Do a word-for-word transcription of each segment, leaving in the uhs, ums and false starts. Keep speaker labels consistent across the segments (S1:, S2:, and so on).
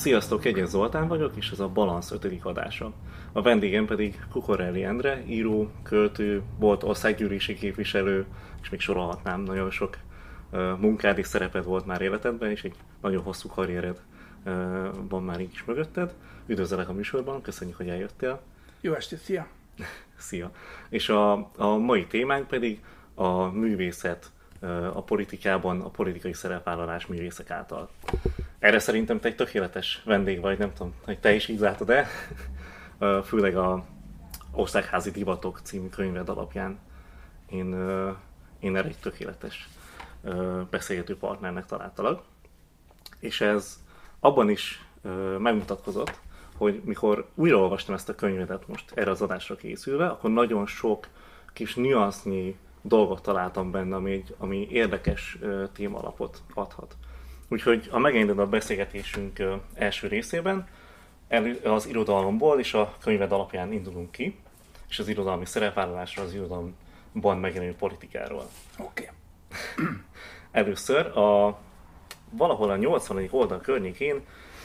S1: Sziasztok, Kegyes Zoltán vagyok, és ez a Balansz ötödik adása. A vendégem pedig Kukorelli Endre, író, költő, volt országgyűlési képviselő, és még sorolhatnám, nagyon sok uh, munkád és szereped volt már életedben, és egy nagyon hosszú karriered uh, van már így is mögötted. Üdvözlök a műsorban, köszönjük, hogy eljöttél.
S2: Jó estét, szia!
S1: Szia! És a, a mai témánk pedig a művészet uh, a politikában, a politikai szerepvállalás művészek által. Erre szerintem te egy tökéletes vendég vagy, nem tudom, hogy te is így látod-e, főleg a Országházi Divatok című könyved alapján. Én, én erre egy tökéletes beszélgető partnernek találtalak. És ez abban is megmutatkozott, hogy mikor újraolvastam ezt a könyvedet most erre az adásra készülve, akkor nagyon sok kis nüansznyi dolgot találtam benne, ami, ami érdekes témalapot adhat. Úgyhogy ha megengeded a beszélgetésünk első részében, az irodalomból és a könyved alapján indulunk ki, és az irodalmi szerepvállalásról, az irodalomban megjelenő politikáról.
S2: Oké.
S1: Okay. Először a, valahol a nyolcvanadik oldal környékén,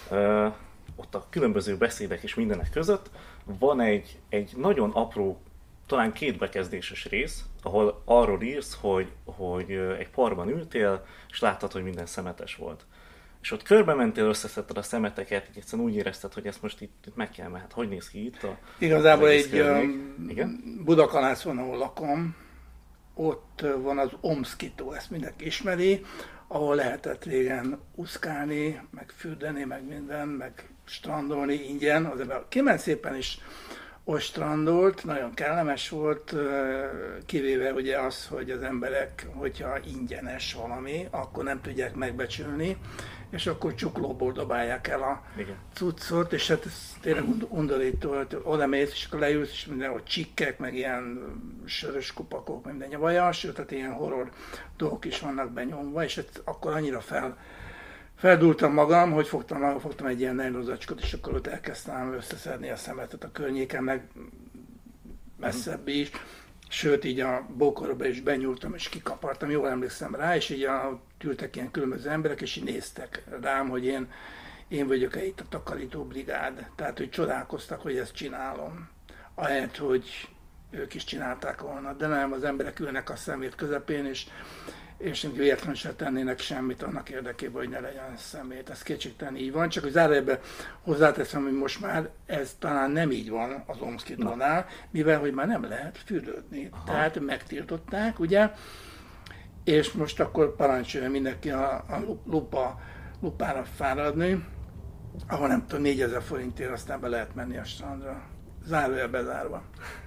S1: ott a különböző beszédek és mindenek között van egy, egy nagyon apró, talán két bekezdéses rész, ahol arról írsz, hogy, hogy egy parkban ültél, és láttad, hogy minden szemetes volt. És ott körbe mentél, összeszedted a szemeteket, így egyszerűen úgy érezted, hogy ezt most itt, itt meg kell, mert hát hogy néz ki itt a...
S2: Igazából egy Budakalászon, ahol lakom, ott van az Omszki-tó, ezt mindenki ismeri, ahol lehetett régen úszkálni, meg fürdeni, meg minden, meg strandolni ingyen. Az ember kiment szépen is ostrandolt, nagyon kellemes volt, kivéve ugye az, hogy az emberek, hogyha ingyenes valami, akkor nem tudják megbecsülni, és akkor csuklóból dobálják el a Igen. cuccot, és hát ez tényleg undorító, hogy oda mész, és akkor leülsz, és mindenhol csikkek, meg ilyen sörös kupakok, minden nyavaja, sőt, tehát ilyen horror dolgok is vannak benyomva, és hát akkor annyira fel Feldúltam magam, hogy fogtam, fogtam egy ilyen nejlonzacskot, és akkor ott elkezdtem összeszedni a szemetet a környéken, meg messzebb is. Sőt, így a bókorba is benyúltam, és kikapartam, jól emlékszem rá, és így a, ültek ilyen különböző emberek, és így néztek rám, hogy én, én vagyok-e itt a takarító brigád. Tehát, hogy csodálkoztak, hogy ezt csinálom. Ahelyett, hogy ők is csinálták volna. De nem, az emberek ülnek a szemét közepén, és és véletlenül sem tennének semmit annak érdekében, hogy ne legyen szemét. Ez kétségtelen így van, csak hogy zárójelben hozzáteszem, hogy most már ez talán nem így van az Omszki-tónál, mivel hogy már nem lehet fürdődni. Aha. Tehát megtiltották, ugye, és most akkor parancsolja mindenki a, a lupa, lupára fáradni, ahol nem tudom, négyezer forintért aztán be lehet menni a strandra. Zárójel bezárva.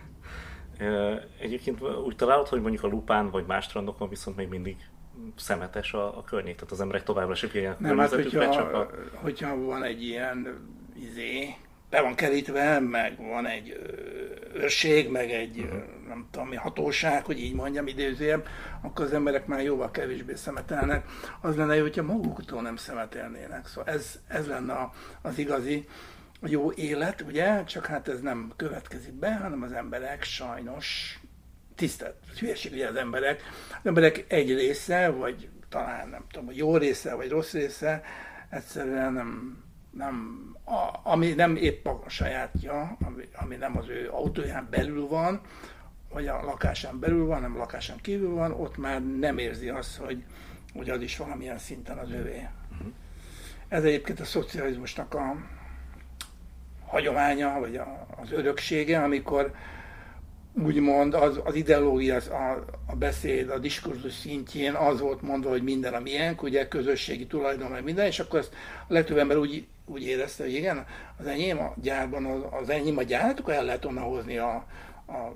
S1: Egyébként úgy találod, hogy mondjuk a Lupán vagy más strandokon viszont még mindig szemetes a, a környék, tehát az emberek továbbra sem figyelnek a környezetükre,
S2: hát,
S1: csak a...
S2: hogyha van egy ilyen izé, be van kerítve, meg van egy őrség, meg egy uh-huh. nem tudom, hatóság, hogy így mondjam, idézőjebb, akkor az emberek már jóval kevésbé szemetelnek. Az lenne jó, hogyha maguktól nem szemetelnének. Szóval ez, ez lenne az igazi a jó élet, ugye? Csak hát ez nem következik be, hanem az emberek sajnos tisztelt, hülyeség ugye az emberek. Az emberek egy része, vagy talán nem tudom, hogy jó része, vagy rossz része, egyszerűen nem, nem a, ami nem épp a sajátja, ami, ami nem az ő autóján belül van, vagy a lakásán belül van, nem a lakásán kívül van, ott már nem érzi azt, hogy, hogy az is valamilyen szinten az övé. Ez egyébként a szocializmusnak a hagyománya, vagy a, az öröksége, amikor úgymond az, az ideológia, az, a, a beszéd, a diskurzus szintjén az volt mondva, hogy minden a miénk, ugye közösségi tulajdon, meg minden, és akkor ezt a legtöbb ember úgy, úgy érezte, hogy igen, az enyém a gyárban, az, az enyém a gyár, akkor el lehet onnan hozni a, a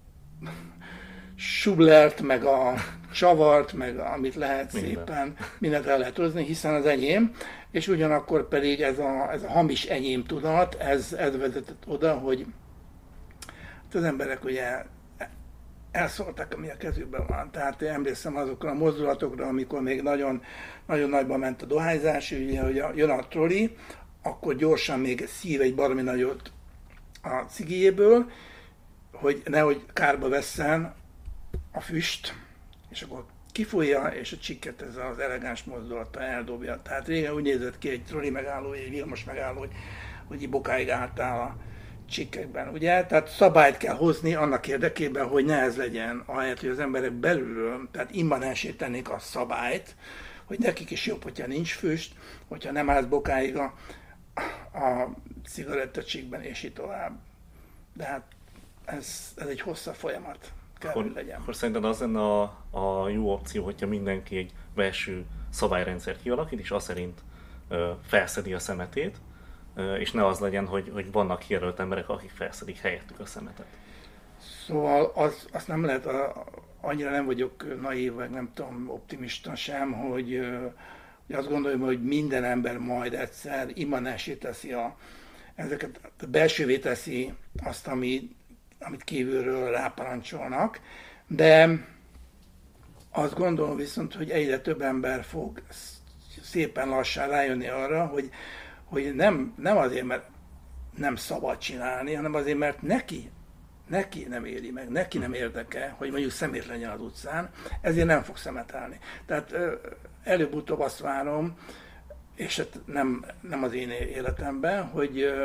S2: sublert, meg a csavart, meg amit lehet minden. Szépen, mindent el lehet hozni, hiszen az enyém, és ugyanakkor pedig ez a, ez a hamis enyém tudat, ez, ez vezetett oda, hogy az emberek ugye elszóltak, ami a kezükben van. Tehát én emlékszem azokra a mozdulatokra, amikor még nagyon, nagyon nagyban ment a dohányzás, ugye, hogy jön a troli, akkor gyorsan még szív egy baromi nagyot a cigijéből, hogy nehogy kárba vesszen a füst, és akkor kifújja, és a csikket ez az elegáns mozdulattal eldobja. Tehát régen úgy nézett ki egy troli megálló, egy villamos megálló, hogy, hogy bokáig álltál a csikkekben, ugye? Tehát szabályt kell hozni annak érdekében, hogy ne ez legyen, ahelyett, hogy az emberek belülről, tehát immanensé tennék a szabályt, hogy nekik is jobb, hogyha nincs füst, hogyha nem állsz bokáig a, a cigarettacsikben, és így tovább. De hát ez, ez egy hosszabb folyamat. Kell,
S1: akkor,
S2: hogy legyen.
S1: Akkor szerinted az lenne a, a jó opció, hogyha mindenki egy belső szabályrendszert kialakít, és az szerint ö, felszedi a szemetét, ö, és ne az legyen, hogy, hogy vannak kijelölt emberek, akik felszedik helyettük a szemetet.
S2: Szóval az, azt nem lehet, a, annyira nem vagyok naív, vagy nem tudom, optimista sem, hogy, hogy azt gondolom, hogy minden ember majd egyszer immanensé teszi a, ezeket, a belsővé teszi azt, ami, amit kívülről ráparancsolnak, de azt gondolom viszont, hogy egyre több ember fog szépen lassan rájönni arra, hogy, hogy nem, nem azért, mert nem szabad csinálni, hanem azért, mert neki Neki nem éri meg, neki nem érdeke, hogy mondjuk szemét legyen az utcán, ezért nem fog szemetelni. Tehát előbb-utóbb azt várom, és hát nem, nem az én életemben, hogy,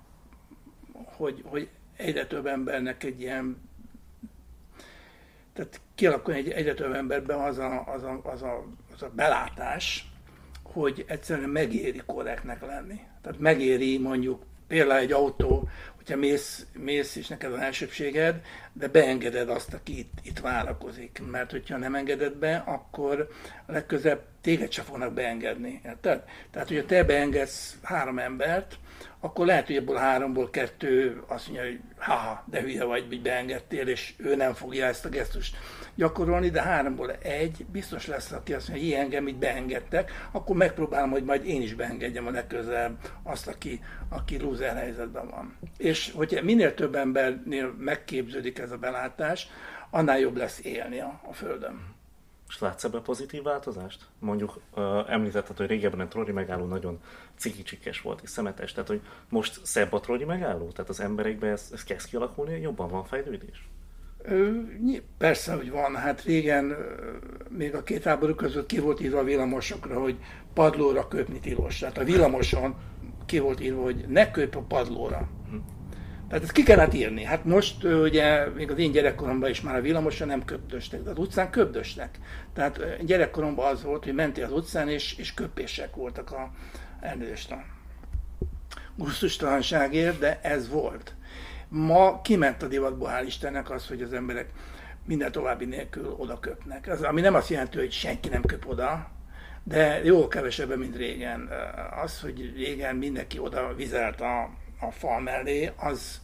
S2: hogy, hogy egyre több embernek egy ilyen, tehát kialakuljon egy, egyre több emberben az a, az, a, az, a, az a belátás, hogy egyszerűen megéri korrektnek lenni. Tehát megéri mondjuk például egy autó, hogyha mész, mész és neked van elsőbséged, de beengeded azt, aki itt, itt várakozik. Mert hogyha nem engeded be, akkor legközelebb téged sem fognak beengedni. Érted? Tehát, hogyha te beengedsz három embert, akkor lehet, hogy ebből háromból kettő azt mondja, hogy haha, de hülye vagy, hogy beengedtél, és ő nem fogja ezt a gesztust gyakorolni, de háromból egy biztos lesz, aki azt mondja, hogy hi, engem itt beengedtek, akkor megpróbálom, hogy majd én is beengedjem a legközelebb azt, aki, aki loser helyzetben van. És hogyha minél több embernél megképződik ez a belátás, annál jobb lesz élni a, a Földön.
S1: És látsz ebben pozitív változást? Mondjuk uh, említetted, hogy régebben a troli megálló nagyon ciki-csikes volt és szemetes, tehát hogy most szebb a troli megálló? Tehát az emberekben ez, ez kezd kialakulni, jobban van fejlődés?
S2: Ö, persze, hogy van. Hát régen, még a két háború között ki volt írva a villamosokra, hogy padlóra köpni tilos. Tehát a villamoson ki volt írva, hogy ne köp a padlóra. Hm. Tehát ezt ki kellett írni. Hát most ugye még az én gyerekkoromban is már a villamoson nem köpdöstek, de az utcán köpdöstek. Tehát gyerekkoromban az volt, hogy mentél az utcán, és, és köpések voltak a elnézést a gusztustalanságért, de ez volt. Ma kiment a divatból, hál' Istennek az, hogy az emberek minden további nélkül oda köpnek. Az, ami nem azt jelenti, hogy senki nem köp oda, de jó kevesebben, mint régen. Az, hogy régen mindenki oda vizelt a, a fal mellé, az,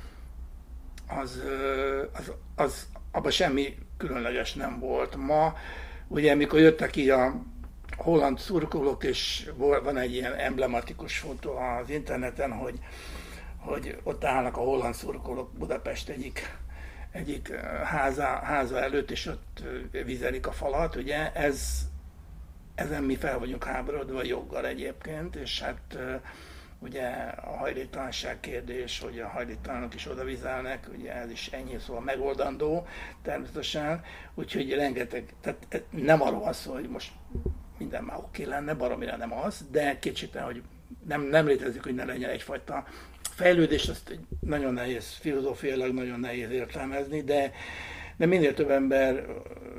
S2: az, az, az abban semmi különleges nem volt. Ma, ugye, amikor jöttek így a holland szurkolók, és van egy ilyen emblematikus fotó az interneten, hogy hogy ott állnak a holland szurkolók Budapest egyik, egyik háza, háza előtt, és ott vizelik a falat, ugye, ez, ezen mi fel vagyunk háborodva joggal egyébként, és hát ugye a hajléktalanság kérdés, hogy a hajléktalanok is oda vizelnek, ugye ez is ennyi szóval megoldandó természetesen, úgyhogy rengeteg, tehát nem arról van szó, hogy most minden már oké lenne, baromira nem az, de kétségtelen, hogy nem, nem létezik, hogy ne legyen egyfajta fejlődés, azt nagyon nehéz, filozófiailag nagyon nehéz értelmezni, de, de minél több ember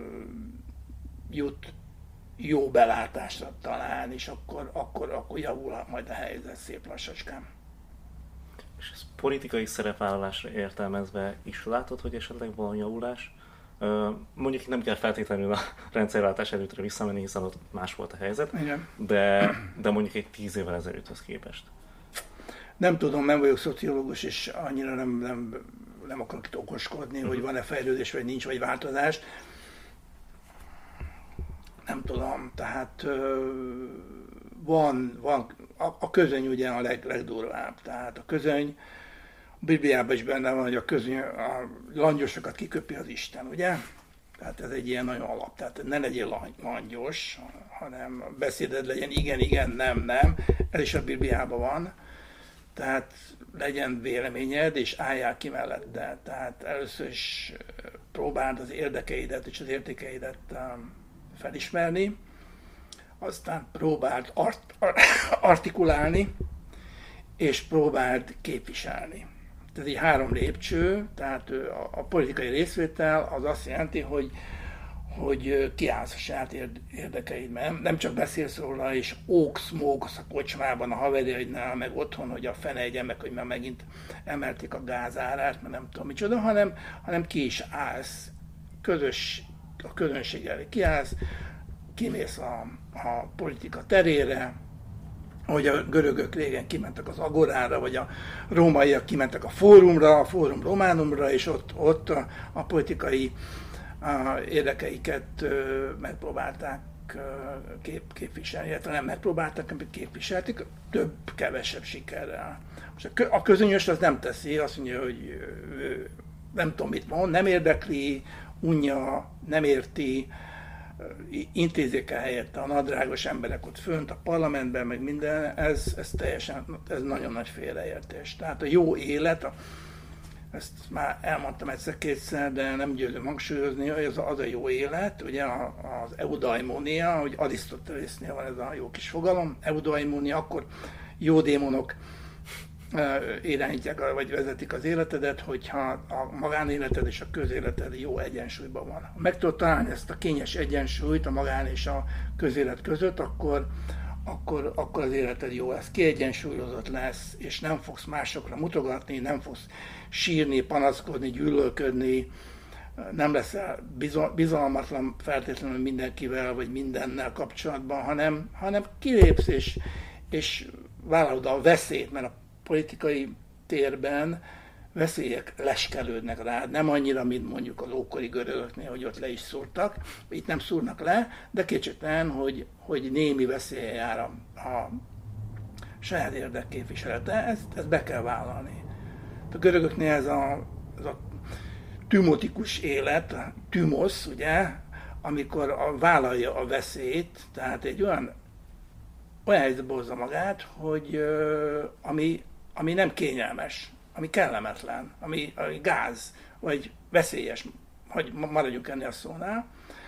S2: jut jó belátásra talán, és akkor, akkor, akkor javul majd a helyzet szép lassacskán.
S1: És ez politikai szerepvállalásra értelmezve is látod, hogy esetleg van javulás? Mondjuk nem kell feltétlenül a rendszerváltás előttre visszamenni, hiszen ott más volt a helyzet, de, de mondjuk egy tíz évvel ezelőtthöz képest.
S2: Nem tudom, nem vagyok szociológus, és annyira nem, nem, nem akarok itt okoskodni, uh-huh. hogy van-e fejlődés, vagy nincs, vagy változás. Nem tudom, tehát van, van a, a közöny ugye a leg, legdurvább. Tehát a közöny, a Bibliában is benne van, hogy a közöny, a langyosokat kiköpi az Isten, ugye? Tehát ez egy ilyen nagyon alap. Tehát ne legyél langyos, hanem beszéded legyen igen, igen, nem, nem. Ez is a Bibliában van. Tehát legyen véleményed, és álljál ki mellette. Tehát először is próbáld az érdekeidet és az értékeidet felismerni, aztán próbált art, artikulálni, és próbált képviselni. Ez egy három lépcső, tehát a, a politikai részvétel az azt jelenti, hogy, hogy kiállsz a saját érdekeidben. Nem csak beszélsz róla, és óksz, móksz a kocsmában, a haverjaidnál, meg otthon, hogy a fene egyen meg, hogy már megint emelték a gázárát, mert nem tudom micsoda, hanem, hanem ki is állsz, közös, a közönség elé kiállsz, kimész a, a politika terére, ahogy a görögök régen kimentek az agorára, vagy a rómaiak kimentek a fórumra, a fórum románumra, és ott, ott a, a politikai a érdekeiket megpróbálták kép, képviselni, illetve nem megpróbálták, amit képviselték, több-kevesebb sikerrel. Most a közönyös az nem teszi, azt mondja, hogy nem tudom mit mond, nem érdekli, unja, nem érti, intézzék el helyette a nadrágos emberek ott fönt, a parlamentben, meg minden, ez, ez teljesen, ez nagyon nagy félreértés. Tehát a jó élet, a, ezt már elmondtam egyszer-kétszer, de nem győzöm hangsúlyozni, hogy az a, az a jó élet, ugye az eudaimonia, hogy Arisztotelésznél van ez a jó kis fogalom, eudaimonia, akkor jó démonok irányítják, vagy vezetik az életedet, hogyha a magánéleted és a közéleted jó egyensúlyban van. Ha meg tudod találni ezt a kényes egyensúlyt a magán és a közélet között, akkor, akkor, akkor az életed jó lesz, kiegyensúlyozott lesz, és nem fogsz másokra mutogatni, nem fogsz sírni, panaszkodni, gyűlölködni, nem leszel bizalmatlan feltétlenül mindenkivel, vagy mindennel kapcsolatban, hanem, hanem kilépsz, és, és vállalod a veszélyt, mert a politikai térben veszélyek leskelődnek rád, nem annyira, mint mondjuk az ókori görögöknél, hogy ott le is szúrtak, itt nem szúrnak le, de kétségtelen, hogy, hogy némi veszélye jár a, a saját érdekképviselete, ezt, ezt be kell vállalni. A görögöknél ez a, ez a tümotikus élet, tümosz, ugye, amikor a, vállalja a veszélyt, tehát egy olyan olyan helyzetbe hozza magát, hogy ami, ami nem kényelmes, ami kellemetlen, ami, ami gáz, vagy veszélyes, hogy maradjunk ennél a szónál.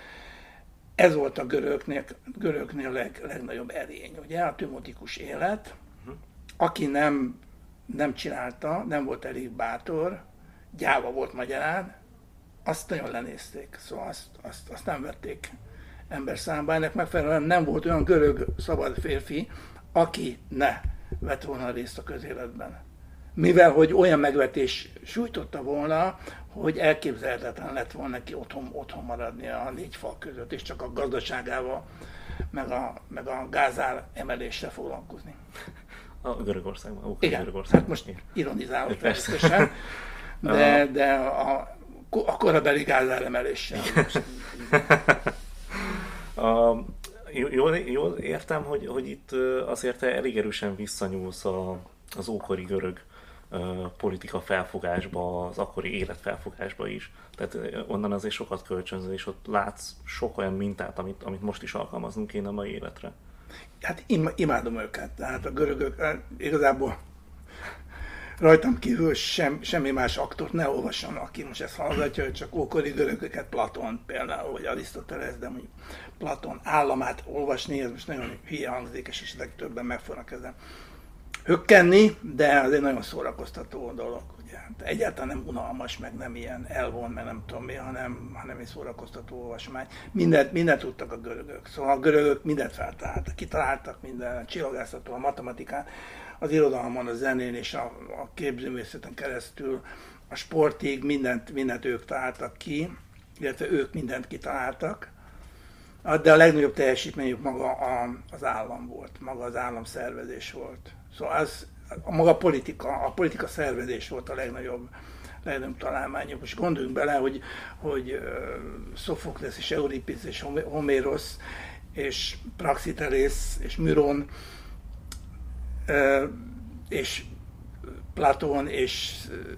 S2: Ez volt a görögnél, görögnél a leg, legnagyobb erény, ugye, a tümotikus élet. Aki nem, nem csinálta, nem volt elég bátor, gyáva volt magyarán, azt nagyon lenézték, szóval azt, azt, azt nem vették ember számba. Ennek megfelelően nem volt olyan görög szabad férfi, aki ne vett volna részt a közéletben. Mivel, hogy olyan megvetés sújtotta volna, hogy elképzelhetetlen lett volna neki otthon, otthon maradni a négy fal között, és csak a gazdaságával, meg a, meg a gázár emeléssel foglalkozni.
S1: A Görögországban.
S2: Igen,
S1: Görögországban.
S2: Hát most ironizálok természetesen, de, de a, a korabeli gázár emeléssel.
S1: A, jól, jól értem, hogy, hogy itt azért elég erősen visszanyúlsz a, az ókori görög uh, politika felfogásba, az akkori élet felfogásba is. Tehát onnan azért sokat kölcsönzöl, és ott látsz sok olyan mintát, amit, amit most is alkalmaznunk kéne a mai életre.
S2: Hát im, imádom őket, tehát a görögök igazából rajtam kívül sem, semmi más aktort ne olvasson, aki most ezt hallgatja, hogy csak ókori görögöket, Platón például, vagy Arisztotelész, de mondjuk Platón államát olvasni, ez most nagyon hülye hangzik, és is legtöbben meg fognak ezen hökkenni, de az egy nagyon szórakoztató dolog, ugye. De egyáltalán nem unalmas, meg nem ilyen elvon, meg nem tudom mi, hanem, hanem egy szórakoztató olvasmány. Mindent, mindent tudtak a görögök, szóval a görögök mindent feltaláltak, kitaláltak minden, csillagászatól, a matematikán, az irodalmon, a zenén és a, a képzőművészeten keresztül a sportig mindent, mindent ők találtak ki, illetve ők mindent kitaláltak, de a legnagyobb teljesítményük maga a, az állam volt, maga az államszervezés volt. Szóval az, a maga politika, a politika szervezés volt a legnagyobb, legnagyobb találmányuk. Most gondoljunk bele, hogy, hogy Szofoklesz és Euripides és Homérosz és Praxitelész és Müron és Platón és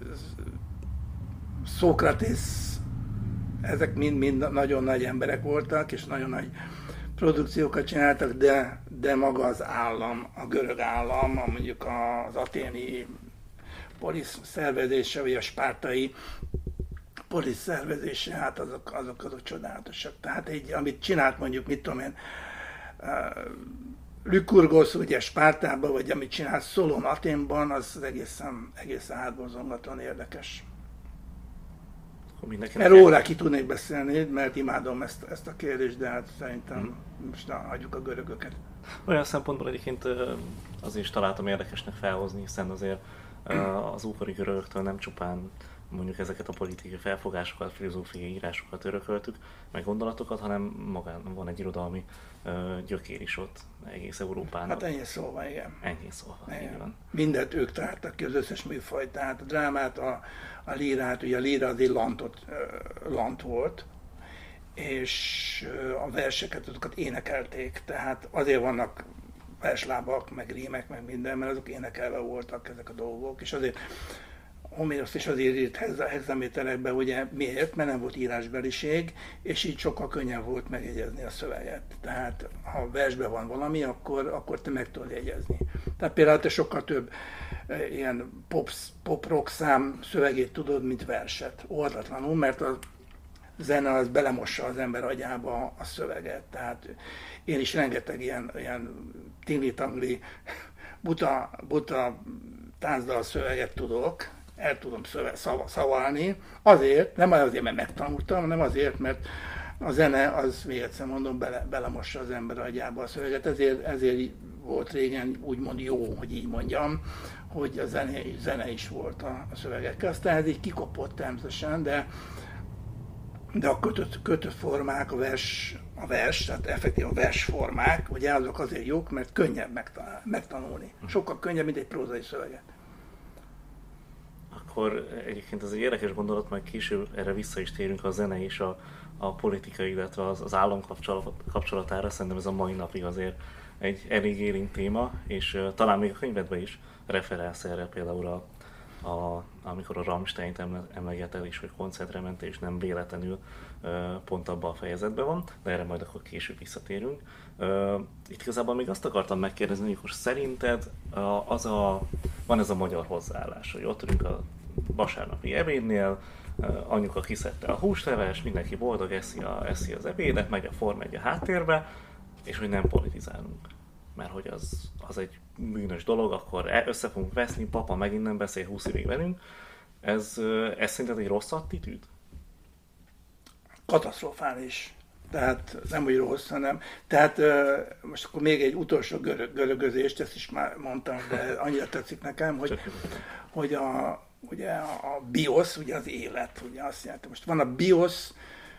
S2: Szókratész, ezek mind-mind nagyon nagy emberek voltak, és nagyon nagy produkciókat csináltak, de, de maga az állam, a görög állam, mondjuk az athéni polisz szervezése, vagy a spártai polis szervezése, hát azok, azok, azok csodálatosak. Tehát egy, amit csinált mondjuk, mit tudom én, uh, Lykurgos, ugye Spártában, vagy amit csinált Szolon Athénban, az egészen, egészen hátborzongatóan érdekes. Erről órá ki tudnék beszélni, mert imádom ezt, ezt a kérdést, de hát szerintem hmm. most hagyjuk a görögöket.
S1: Olyan szempontból egyébként azért is találtam érdekesnek felhozni, hiszen azért az ókori görögöktől nem csupán mondjuk ezeket a politikai felfogásokat, filozófiai írásokat örököltük, meg gondolatokat, hanem magán van egy irodalmi gyökér is ott egész Európának.
S2: Hát ennyi szóval, igen.
S1: Ennyi szóval, igen. Van.
S2: Mindent ők tártak ki, az összes műfajt, tehát a drámát, a, a lírát, ugye a líra az egy lantot, lant volt, és a verseket, azokat énekelték, tehát azért vannak verslábak, meg rímek, meg minden, mert azok énekelve voltak ezek a dolgok, és azért Homérosz is azért írt hexaméterekbe, ugye miért? Mert nem volt írásbeliség, és így sokkal könnyebb volt megjegyezni a szöveget. Tehát ha versben van valami, akkor, akkor te meg tudod jegyezni. Tehát például te sokkal több e, ilyen pop, pop rock szám szövegét tudod, mint verset. Oldatlanul, mert a zene az belemossa az ember agyába a szöveget. Tehát én is rengeteg ilyen, ilyen tingli-tangli buta, buta táncdal szöveget tudok, el tudom szöve, szava, szavalni, azért, nem azért, mert megtanultam, hanem azért, mert a zene, az még egyszer mondom, bele, belemossa az ember agyába a szöveget, ezért, ezért volt régen úgymond jó, hogy így mondjam, hogy a zene, zene is volt a, a szövegekkel. Aztán ez így kikopott természetesen, de, de a kötött, kötött formák, a vers, a vers, tehát effektív a versformák, ugye azok azért jók, mert könnyebb megtanulni. Sokkal könnyebb, mint egy prózai szöveget.
S1: Akkor egyébként ez egy érdekes gondolat, majd később erre vissza is térünk, a zene és a, a politika, illetve az, az állam kapcsolat, kapcsolatára. Szerintem ez a mai napig azért egy elég érint téma, és uh, talán még a könyvedben is referálsz erre, például a, a, amikor a Rammsteint emlegeted is, hogy koncertre mentél, és nem véletlenül uh, pont abban a fejezetben van, de erre majd akkor később visszatérünk. Uh, itt igazából még azt akartam megkérdezni, hogy most szerinted uh, az a, van ez a magyar hozzáállás, hogy ott ülünk a vasárnapi ebédnél, uh, anyuka kiszedte a húsleves, mindenki boldog, eszi, a, eszi az ebédet, megy a Forma egy a háttérbe, és hogy nem politizálunk. Mert hogy az, az egy bűnös dolog, akkor össze fogunk veszni, papa megint nem beszél húsz évig velünk. Ez, ez szerinted egy rossz attitűd?
S2: Katasztrofális. Tehát nem úgy rossz, hanem... Tehát most akkor még egy utolsó görög, görögözést, ezt is már mondtam, de annyira tetszik nekem, hogy, hogy a, ugye a biosz, ugye az élet, ugye azt jelenti. Most van a biosz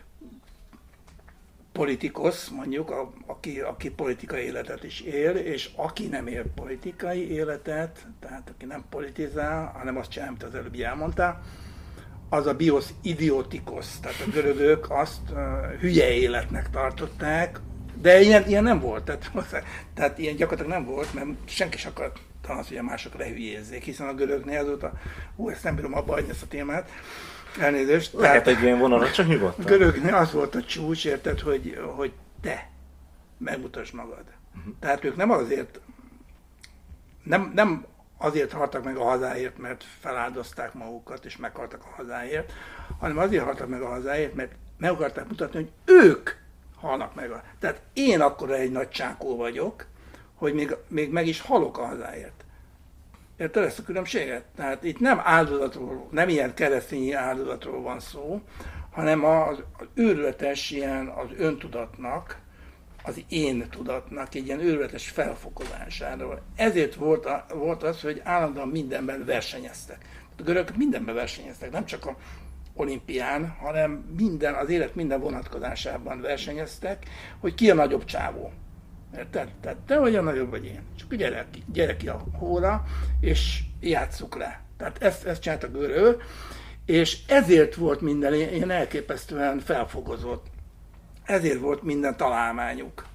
S2: politikus, mondjuk, a, aki, aki politikai életet is él, és aki nem él politikai életet, tehát aki nem politizál, hanem azt csinál, amit az előbb elmondtál, az a biosz idiotikus, tehát a görögök azt uh, hülye életnek tartották, de ilyen, ilyen nem volt, tehát, tehát ilyen gyakorlatilag nem volt, mert senki sem akart az, hogy a mások lehülyézzék, hiszen a görögnél azóta, hú, ezt nem bírom abba hagyni ezt a témát, elnézést.
S1: Lehet egy ilyen vonalat, csak nyugodtan.
S2: A görögnél az volt a csúcs, érted, hogy, hogy te megmutasd magad. Uh-huh. Tehát ők nem azért, nem, nem azért haltak meg a hazáért, mert feláldozták magukat és meghaltak a hazáért, hanem azért haltak meg a hazáért, mert meg akarták mutatni, hogy ők halnak meg. A... Tehát én akkora egy nagy csákó vagyok, hogy még, még meg is halok a hazáért. Érted ezt a különbséget? Tehát itt nem áldozatról, nem ilyen keresztényi áldozatról van szó, hanem az, az őrületes ilyen az öntudatnak, az én tudatnak egy ilyen őrületes felfokozásáról. Ezért volt, a, volt az, hogy állandóan mindenben versenyeztek. A görögök mindenben versenyeztek, nem csak a olimpián, hanem minden, az élet minden vonatkozásában versenyeztek, hogy ki a nagyobb csávó. Érted? Tehát te vagy a nagyobb, vagy én. Csak gyere, gyere ki a hóra, és játsszuk le. Tehát ezt, ezt csinált a görög, és ezért volt minden ilyen elképesztően felfogozott. Ezért volt minden találmányuk.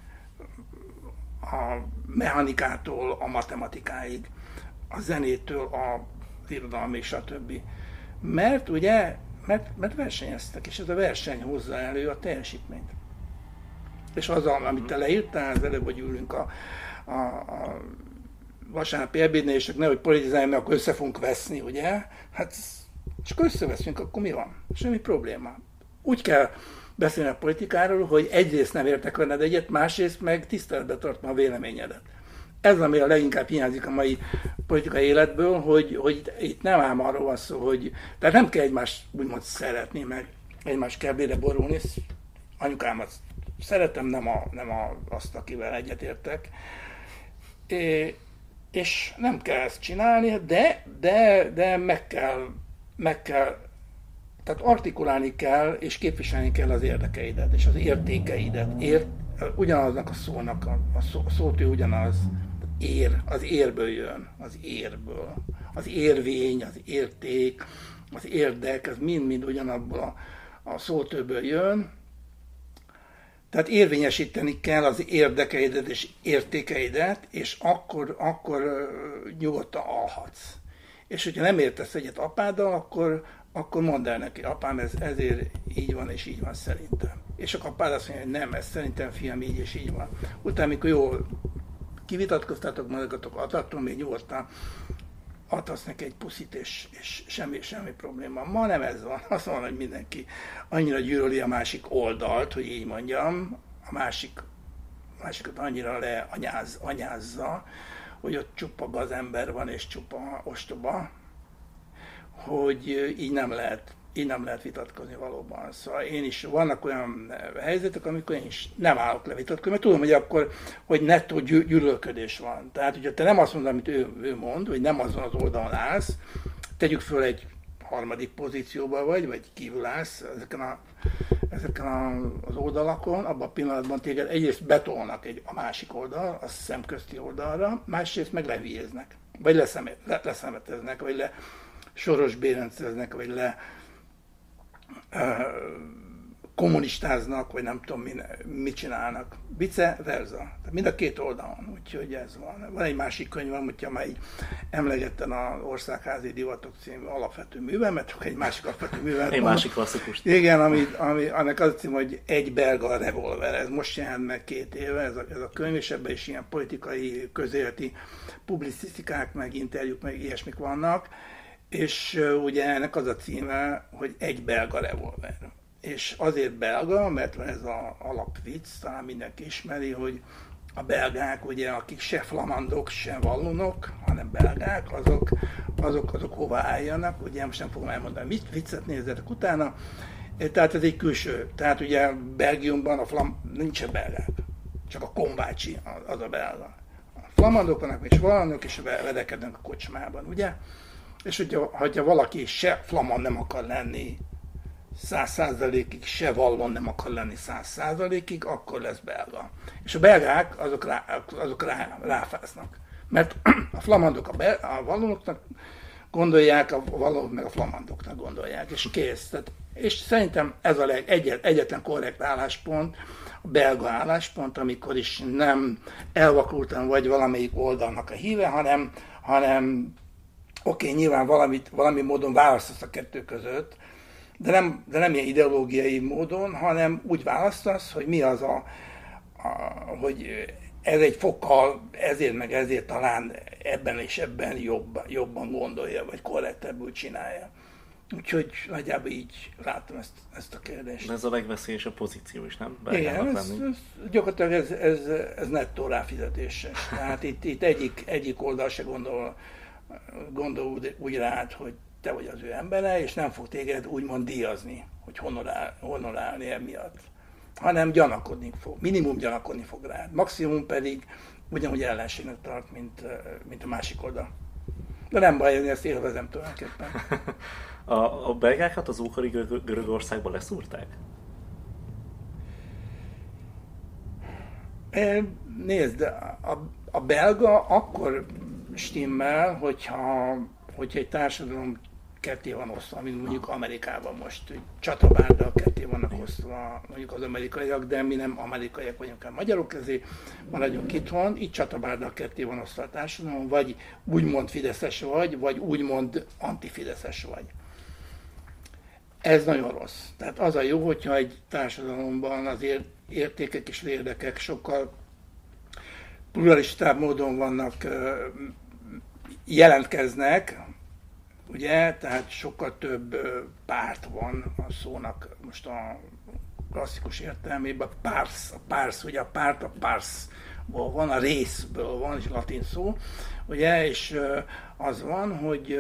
S2: A mechanikától a matematikáig, a zenétől a irodalmi, stb. Mert ugye, mert, mert versenyeztek, és ez a verseny hozza elő a teljesítményt. És az, amit te leírtál, az előbb, hogy ülünk a, a, a vasárnapi ebédnél, és nehogy politizálni, mert akkor össze fogunk veszni, ugye? Hát És akkor összeveszünk, akkor mi van? Semmi probléma. Úgy kell beszélni a politikáról, hogy egyrészt nem értek veled egyet, másrészt meg tiszteletbe tartom a véleményedet. Ez, ami a leginkább hiányzik a mai politikai életből, hogy, hogy itt nem ám arról van szó, hogy tehát nem kell egymást úgymond szeretni, meg egymást kebére borulni. Anyukámat szeretem, nem, a, nem a, azt, akivel egyetértek. É, és nem kell ezt csinálni, de, de, de meg kell, meg kell, tehát artikulálni kell, és képviselni kell az érdekeidet, és az értékeidet. Ér, ugyanaznak a szónak, a, a, szó, a szótű ugyanaz. Ér, az érből jön, az érből. Az érvény, az érték, az érdek, ez mind-mind ugyanabból a, a szótőből jön. Tehát érvényesíteni kell az érdekeidet és értékeidet, és akkor, akkor nyugodtan alhatsz. És hogyha nem értesz egyet apáddal, akkor, akkor mondd el neki, apám, ez, ezért így van, és így van szerintem. És akkor apád azt mondja, hogy nem, ez szerintem, fiam, így és így van. Utána, amikor jól kivitatkoztátok magatotok, adattól még nyugodtan adhatsz neki egy puszit, és, és semmi, semmi probléma. Ma nem ez van. Azt van, hogy mindenki annyira gyűlöli a másik oldalt, hogy így mondjam, a másik, másikat annyira leanyáz, anyázza, hogy ott csupa gazember van, és csupa ostoba, hogy így nem lehet, így nem lehet vitatkozni valóban. Szóval én is, vannak olyan helyzetek, amikor én is nem állok le vitatkozni, mert tudom, hogy akkor, hogy nettó gyűlölködés van. Tehát, hogyha te nem azt mondod, amit ő, ő mond, vagy nem azon az oldalon állsz, tegyük föl egy harmadik pozícióban vagy, vagy kívül állsz ezeken, a, ezeken a, az oldalakon, abban a pillanatban téged egyrészt betolnak egy, a másik oldal, a szemközti oldalra, másrészt meg lehülyéznek, vagy leszemet, le, leszemeteznek, vagy le soros bérenceznek, vagy le kommunistáznak, vagy nem tudom, mit csinálnak. Vice versa. Tehát mind a két oldalon, úgyhogy ez van. Van egy másik könyvem, hogyha már így emlegettem az Országházi Divatok című alapvető művemet, egy másik alapvető művemet.
S1: Egy másik klasszikus.
S2: Igen, ami, ami, annak az a cím, hogy Egy belga revolver. Ez most jelent meg két éve, ez a, ez a könyv, és ebben is ilyen politikai, közéleti publicisztikák, meg interjúk, meg ilyesmik vannak. És ugye ennek az a címe, hogy Egy belga revolver. És azért belga, mert van ez az alapvicc, talán mindenki ismeri, hogy a belgák, ugye, akik se flamandok, se vallonok, hanem belgák, azok, azok, azok hova álljanak, ugye most nem fogom elmondani, mit viccet nézzetek utána. Tehát ez egy külső, tehát ugye Belgiumban a flam, nincs belgák, csak a kombácsi az a belga. A flamandok vannak, és vallonok, és vedekednek a kocsmában, ugye? És hogyha, hogyha valaki se flamand nem akar lenni száz százalékig, se vallon nem akar lenni száz százalékig, akkor lesz belga. És a belgák azok, rá, azok rá, ráfáznak. Mert a flamandok a, bel, a vallonoknak gondolják, a vallonok meg a flamandoknak gondolják, és kész. Tehát, és szerintem ez a leg, egyet, egyetlen korrekt álláspont, a belga álláspont, amikor is nem elvakultan vagy valamelyik oldalnak a híve, hanem, hanem oké, okay, nyilván valamit, valami módon választasz a kettő között, de nem, de nem ilyen ideológiai módon, hanem úgy választasz, hogy mi az a, a hogy ez egy fokkal, ezért meg ezért talán ebben és ebben jobb, jobban gondolja, vagy korrektebbül csinálja. Úgyhogy nagyjából így látom ezt, ezt a kérdést.
S1: De ez a legveszélyesebb pozíció is, nem?
S2: Igen, ez, ez, gyakorlatilag ez, ez, ez nettó ráfizetéses. Tehát itt, itt egyik, egyik oldal se gondol, gondol úgy rád, hogy te vagy az ő embere, és nem fog téged úgymond díjazni, hogy honorál, honorálni emiatt, hanem gyanakodni fog, minimum gyanakodni fog rád, maximum pedig ugyanúgy ellenségnek tart, mint, mint a másik oldal. De nem baj, én ezt élvezem tulajdonképpen.
S1: A, a belgákat az ókori Görögországban leszúrták?
S2: Nézd, a, a belga akkor stimmel, hogyha, hogyha egy társadalom ketté van osztva, mint mondjuk Amerikában most, hogy csatabárdal ketté vannak osztva mondjuk az amerikaiak, de mi nem amerikaiak vagyunk, hanem magyarok, ezért maradjunk itthon, itt csatabárdal ketté van osztva a társadalom, vagy úgymond fideszes vagy, vagy úgymond antifideszes vagy. Ez nagyon rossz. Tehát az a jó, hogyha egy társadalomban az értékek és érdekek sokkal pluralistább módon vannak, jelentkeznek, ugye, tehát sokkal több párt van a szónak, most a klasszikus értelmében, a pars, a pars, ugye a párt a parsból van, a részből van, és latin szó, ugye, és az van, hogy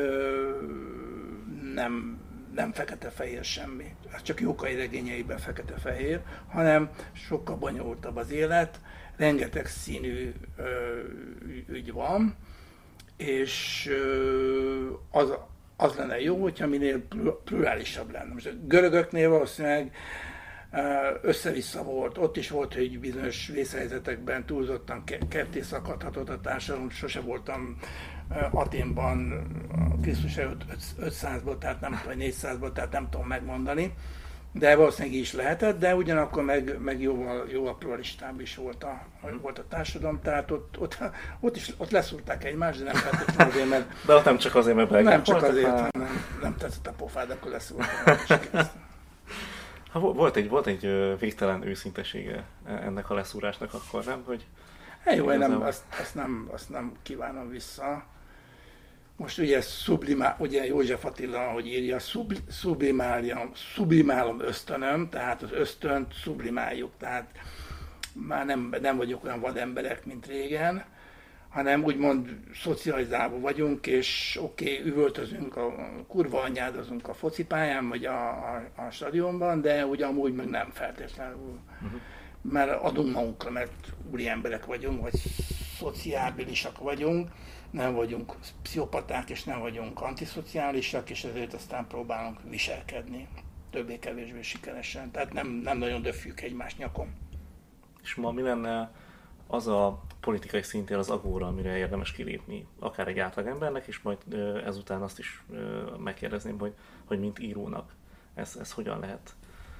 S2: nem, nem fekete-fehér semmi, ez csak Jókai regényeiben fekete-fehér, hanem sokkal bonyolultabb az élet, rengeteg színű ügy van, és az, az lenne jó, hogyha minél plurálisabb lenne. Most a görögöknél valószínűleg össze-vissza volt. Ott is volt, hogy bizonyos vészhelyzetekben túlzottan ketté szakadhatott a társadalom. Sose voltam Athénban Krisztus előtt ötszázból, tehát nem tudom, négyszázból, tehát nem tudom megmondani. De valószínűleg is lehetett, de ugyanakkor meg, meg jóval, jóval pluralistább is volt a, volt a társadalom, tehát ott, ott, ott is ott leszúrták egymást, de nem feltétlenül azért, mert...
S1: De ott nem csak azért, mert belgák
S2: Nem csak
S1: voltak,
S2: azért,
S1: hanem
S2: nem, nem tetszett a pofád, akkor leszúrták.
S1: Ha volt egy, volt egy végtelen őszintesége ennek a leszúrásnak, akkor nem? Hogy
S2: hát jó, én nem, azt, azt, nem, azt nem kívánom vissza. Most ugye sublimál, ugye József Attila, ahogy írja, sub, sublimálja, sublimálom ösztönöm, tehát az ösztönt sublimáljuk, tehát már nem, nem vagyok olyan vademberek, mint régen, hanem úgymond szocializálva vagyunk, és oké, okay, üvöltözünk, a kurva anyádozunk a focipályán, vagy a, a, a stadionban, de ugye amúgy meg nem feltétlenül. Uh-huh. Mert adunk magunkra, mert úri emberek vagyunk, vagy szociábilisak vagyunk, nem vagyunk pszichopaták, és nem vagyunk antiszociálisak, és ezért aztán próbálunk viselkedni többé-kevésbé sikeresen. Tehát nem, nem nagyon döfjük egymás nyakon.
S1: És ma mi lenne az a politikai szintén az agóra, amire érdemes kilépni, akár egy átlagembernek, és majd ezután azt is megkérdezném, hogy, hogy mint írónak ez, ez hogyan lehet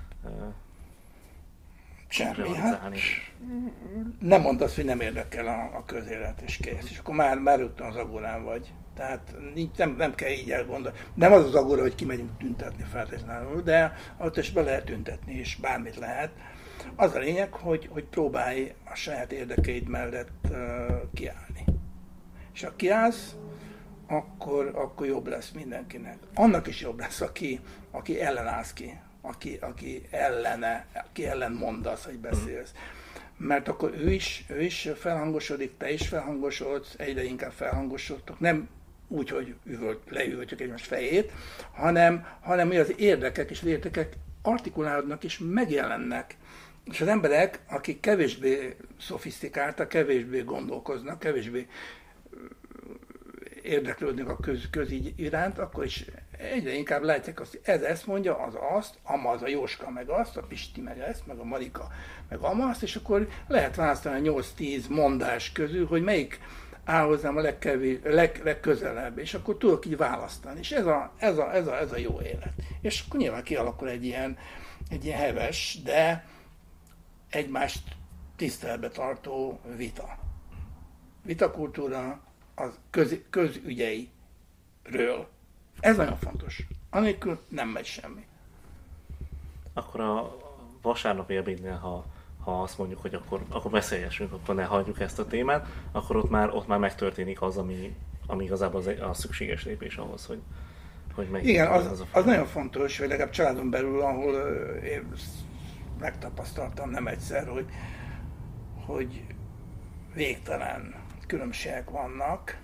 S2: semmi. Hát, nem mondd azt, hogy nem érdekel a, a közélet, és kész. És akkor már, már rögtön az agórán vagy. Tehát nem, nem kell így elgondolni. Nem az az agóra, hogy kimegyünk tüntetni feltétlenül, de ott is be lehet tüntetni, és bármit lehet. Az a lényeg, hogy, hogy próbálj a saját érdekeid mellett uh, kiállni. És ha kiállsz, akkor, akkor jobb lesz mindenkinek. Annak is jobb lesz, aki, aki ellenállsz ki, aki, aki ellene, aki ellen mondasz, hogy beszélsz. Mert akkor ő is, ő is felhangosodik, te is felhangosodsz, egyre inkább felhangosodtok. Nem úgy, hogy üvölt, leüvöltjük egymás fejét, hanem, hanem hogy az érdekek és az érdekek artikulálódnak és megjelennek. És az emberek, akik kevésbé szofisztikáltak, kevésbé gondolkoznak, kevésbé érdeklődnek a köz, közügy iránt, akkor is egyre inkább látják azt, hogy ez ezt mondja, az azt, ama az a Jóska meg azt, a Pisti meg ezt, meg a Marika meg ama azt, és akkor lehet választani a nyolc-tíz mondás közül, hogy melyik áll hozzám a legkevés, leg, legközelebb, és akkor tudok így választani. És ez a, ez a, ez a, ez a jó élet. És akkor nyilván kialakul egy ilyen, egy ilyen heves, de egymást tiszteletbe tartó vita. Vitakultúra az köz, közügyeiről. Ez nagyon fontos. Anélkül nem megy semmi.
S1: Akkor a vasárnapi ebédnél, ha, ha azt mondjuk, hogy akkor, akkor beszéljessünk, akkor ne hagyjuk ezt a témát, akkor ott már, ott már megtörténik az, ami, ami igazából az a szükséges lépés ahhoz, hogy, hogy meg.
S2: Igen, az, az, az nagyon fontos, hogy legalább családon belül, ahol én megtapasztaltam nem egyszer, hogy, hogy végtelen különbségek vannak.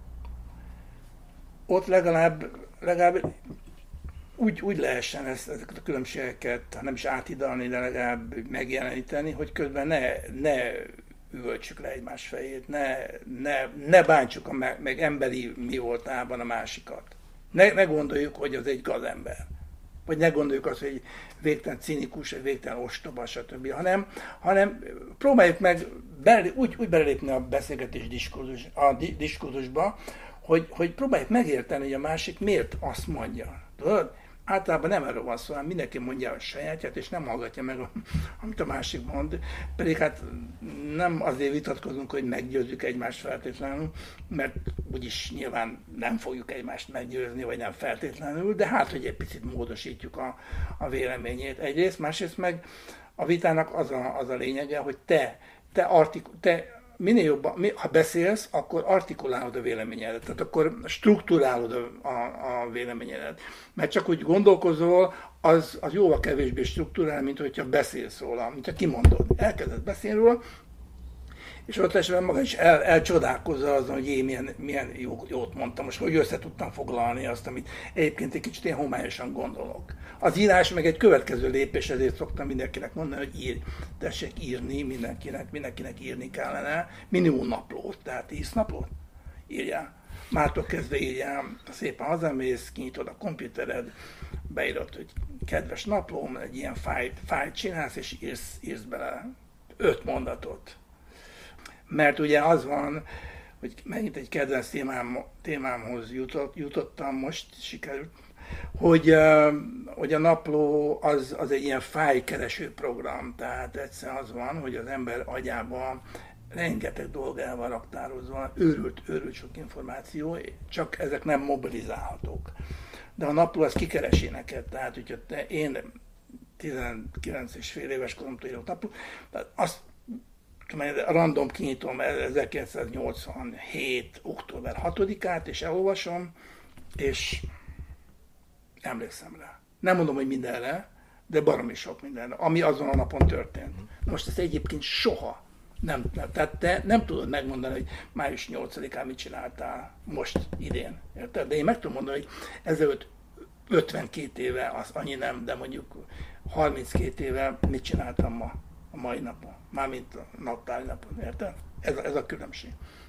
S2: Ott legalább, legalább úgy, úgy lehessen ezt, ezeket a különbségeket, ha nem is áthidalni, de legalább megjeleníteni, hogy közben ne, ne üvöltsük le egymás fejét, ne, ne, ne bántsuk a meg, meg emberi mi voltában a másikat. Ne, ne gondoljuk, hogy az egy gazember. Vagy ne gondoljuk azt, hogy végtelen cinikus, vagy végtelen ostoba, stb. Hanem, hanem próbáljuk meg be, úgy, úgy belépni a beszélgetés diskurzus, a di, diskurzusba, hogy, hogy próbáljuk megérteni, hogy a másik miért azt mondja. Tudod? Általában nem erről van szó, hanem mindenki mondja a sajátját, és nem hallgatja meg, amit a másik mond. Pedig hát nem azért vitatkozunk, hogy meggyőzzük egymást feltétlenül, mert úgyis nyilván nem fogjuk egymást meggyőzni, vagy nem feltétlenül, de hát, hogy egy picit módosítjuk a, a véleményét egyrészt, másrészt meg a vitának az a, az a lényege, hogy te, te, artik, te minél jobban, ha beszélsz, akkor artikulálod a véleményedet, tehát akkor strukturálod a, a, a véleményedet. Mert csak úgy gondolkozol, az, az jóval kevésbé struktúrál, mint hogyha beszélsz róla, mint ha kimondod. Elkezded beszélni róla, és ott esetben maga is el, elcsodálkozza azon, hogy én milyen, milyen jó, jót mondtam, most hogy össze tudtam foglalni azt, amit egyébként egy kicsit én homályosan gondolok. Az írás meg egy következő lépés, ezért szoktam mindenkinek mondani, hogy ír, tessék írni, mindenkinek, mindenkinek írni kellene, minimum naplót, tehát tíz naplót írjál. Mától kezdve írjál, szépen hazamész, kinyitod a komputered, beírod, hogy kedves naplóm, egy ilyen fájlt, fájlt csinálsz, és írsz, írsz bele öt mondatot. Mert ugye az van, hogy megint egy kedvenc témám, témámhoz jutott, jutottam, most sikerült, hogy, hogy a napló az, az egy ilyen fájlkereső program. Tehát egyszer az van, hogy az ember agyában rengeteg dolog el van raktározva, őrült, őrült sok információ, csak ezek nem mobilizálhatók. De a napló az kikeresi neked. Tehát, hogyha te, én tizenkilenc és fél éves koromtól írok napló, tehát azt random kinyitom ezerkilencszáznyolcvanhét. október hatodikát, és elolvasom, és emlékszem rá. Nem mondom, hogy mindenre, de baromi sok mindenre, ami azon a napon történt. Most ezt egyébként soha nem, tehát te nem tudod megmondani, hogy május nyolcadikán mit csináltál most, idén. Érted? De én meg tudom mondani, hogy ezelőtt ötvenkét éve, az annyi nem, de mondjuk harminckét éve mit csináltam ma, a mai napon. Mármint a naptári napon, érted? Ez, ez a különbség.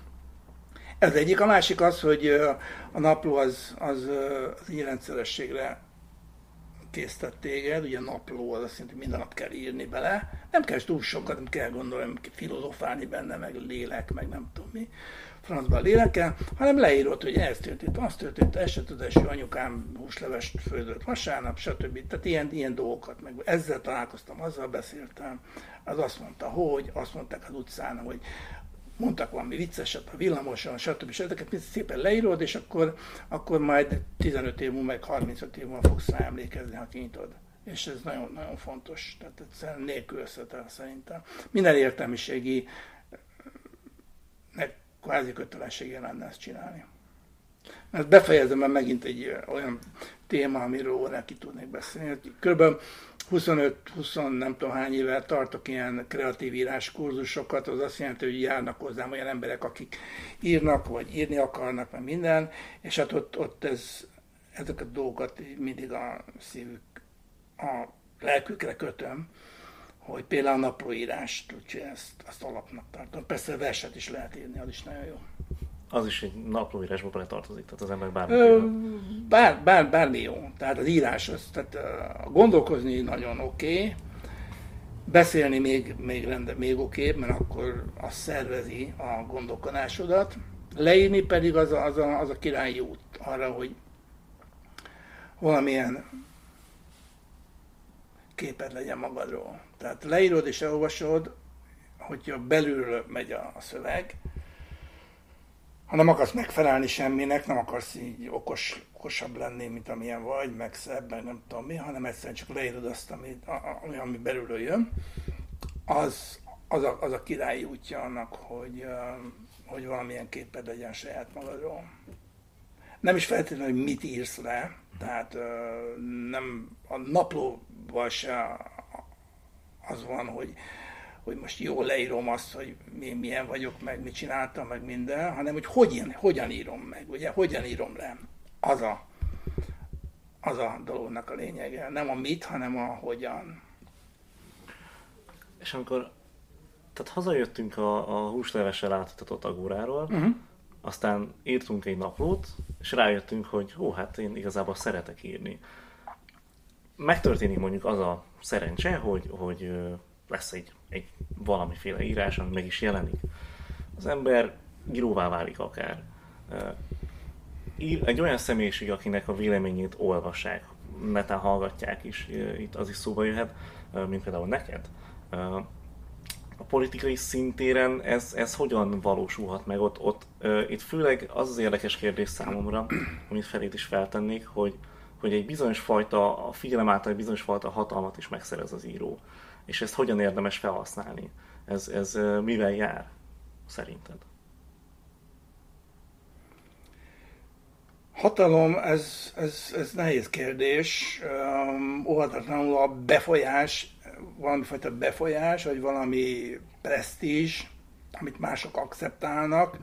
S2: Ez egyik. A másik az, hogy a napló az, az, az így rendszerességre késztet téged. Ugye a napló az azt jelenti, hogy minden nap kell írni bele. Nem kell túl sokat, nem kell gondolni, filozofálni benne, meg lélek, meg nem tudom mi, francban lélekkel, hanem leírod, hogy ez történt, az történt, ez se tudás, hogy anyukám húslevest főzött vasárnap, stb. Tehát ilyen, ilyen dolgokat, meg ezzel találkoztam, azzal beszéltem, az azt mondta, hogy, azt mondták az utcán, hogy mondtak valami vicceset a villamoson, stb. És ezeket szépen leírod, és akkor, akkor majd tizenöt év múlva, meg harmincöt év múlva fogsz rá emlékezni, ha kinyitod. És ez nagyon, nagyon fontos. Tehát egyszerűen nélkülözhetetlen szerintem. Minden értelmiségi kvázi kötelessége lenne ezt csinálni. Ezt befejezem, mert megint egy olyan téma, amiről órán ki tudnék beszélni. Körülbelül huszonöt-húsz nem tudom hány éve tartok ilyen kreatív írás kurzusokat, az azt jelenti, hogy járnak hozzám olyan emberek, akik írnak, vagy írni akarnak, vagy minden, és hát ott, ott ez, ezeket a dolgokat mindig a szívük, a lelkükre kötöm, hogy például a naplóírást, úgyhogy ezt, azt alapnak tartom. Persze verset is lehet írni, az is nagyon jó.
S1: Az is egy naplóírásba bele tartozik, tehát az ember bármi
S2: Ö, bár, bár, bármi jó. Tehát az írás, az, tehát uh, gondolkozni nagyon oké, okay. Beszélni még, még, rende, még oké, okay, mert akkor az szervezi a gondolkodásodat. Leírni pedig az a, az a, az a királyi út arra, hogy valamilyen képed legyen magadról. Tehát leírod és elolvasod, hogyha belülről megy a, a szöveg, ha nem akarsz megfelelni semminek, nem akarsz így okos, okosabb lenni, mint amilyen vagy, meg szebb, meg nem tudom mi, hanem egyszerűen csak leírod azt, ami, ami, ami belülről jön, az, az, a, az a királyi útja annak, hogy, hogy valamilyen képed legyen saját magadról. Nem is feltétlenül, hogy mit írsz le, tehát nem, a naplóval se az van, hogy, hogy most jól leírom azt, hogy én milyen vagyok, meg mit csináltam, meg minden, hanem hogy hogyan, hogyan írom meg, ugye, hogyan írom le. Az a, az a dolognak a lényege. Nem a mit, hanem a hogyan.
S1: És amikor tehát hazajöttünk a, a húslevessel átutatott agóráról, uh-huh. aztán írtunk egy naplót, és rájöttünk, hogy hó, hát én igazából szeretek írni. Megtörténik mondjuk az a szerencse, hogy, hogy lesz egy, egy valamiféle írás, ami meg is jelenik. Az ember íróvá válik akár. Egy olyan személyiség, akinek a véleményét olvassák, netán hallgatják is, itt az is szóba jöhet, mint például neked. A politikai szintéren ez, ez hogyan valósulhat meg? Ott, ott, itt főleg az az érdekes kérdés számomra, amit felét is feltennék, hogy, hogy egy bizonyos fajta, a figyelem által egy bizonyos fajta hatalmat is megszerez az író. És ezt hogyan érdemes felhasználni? Ez, ez mivel jár? szerinted?
S2: Hatalom, ez, ez, ez nehéz kérdés. Um, óhatatlanul a befolyás, valamifajta befolyás, vagy valami presztízs, amit mások akceptálnak,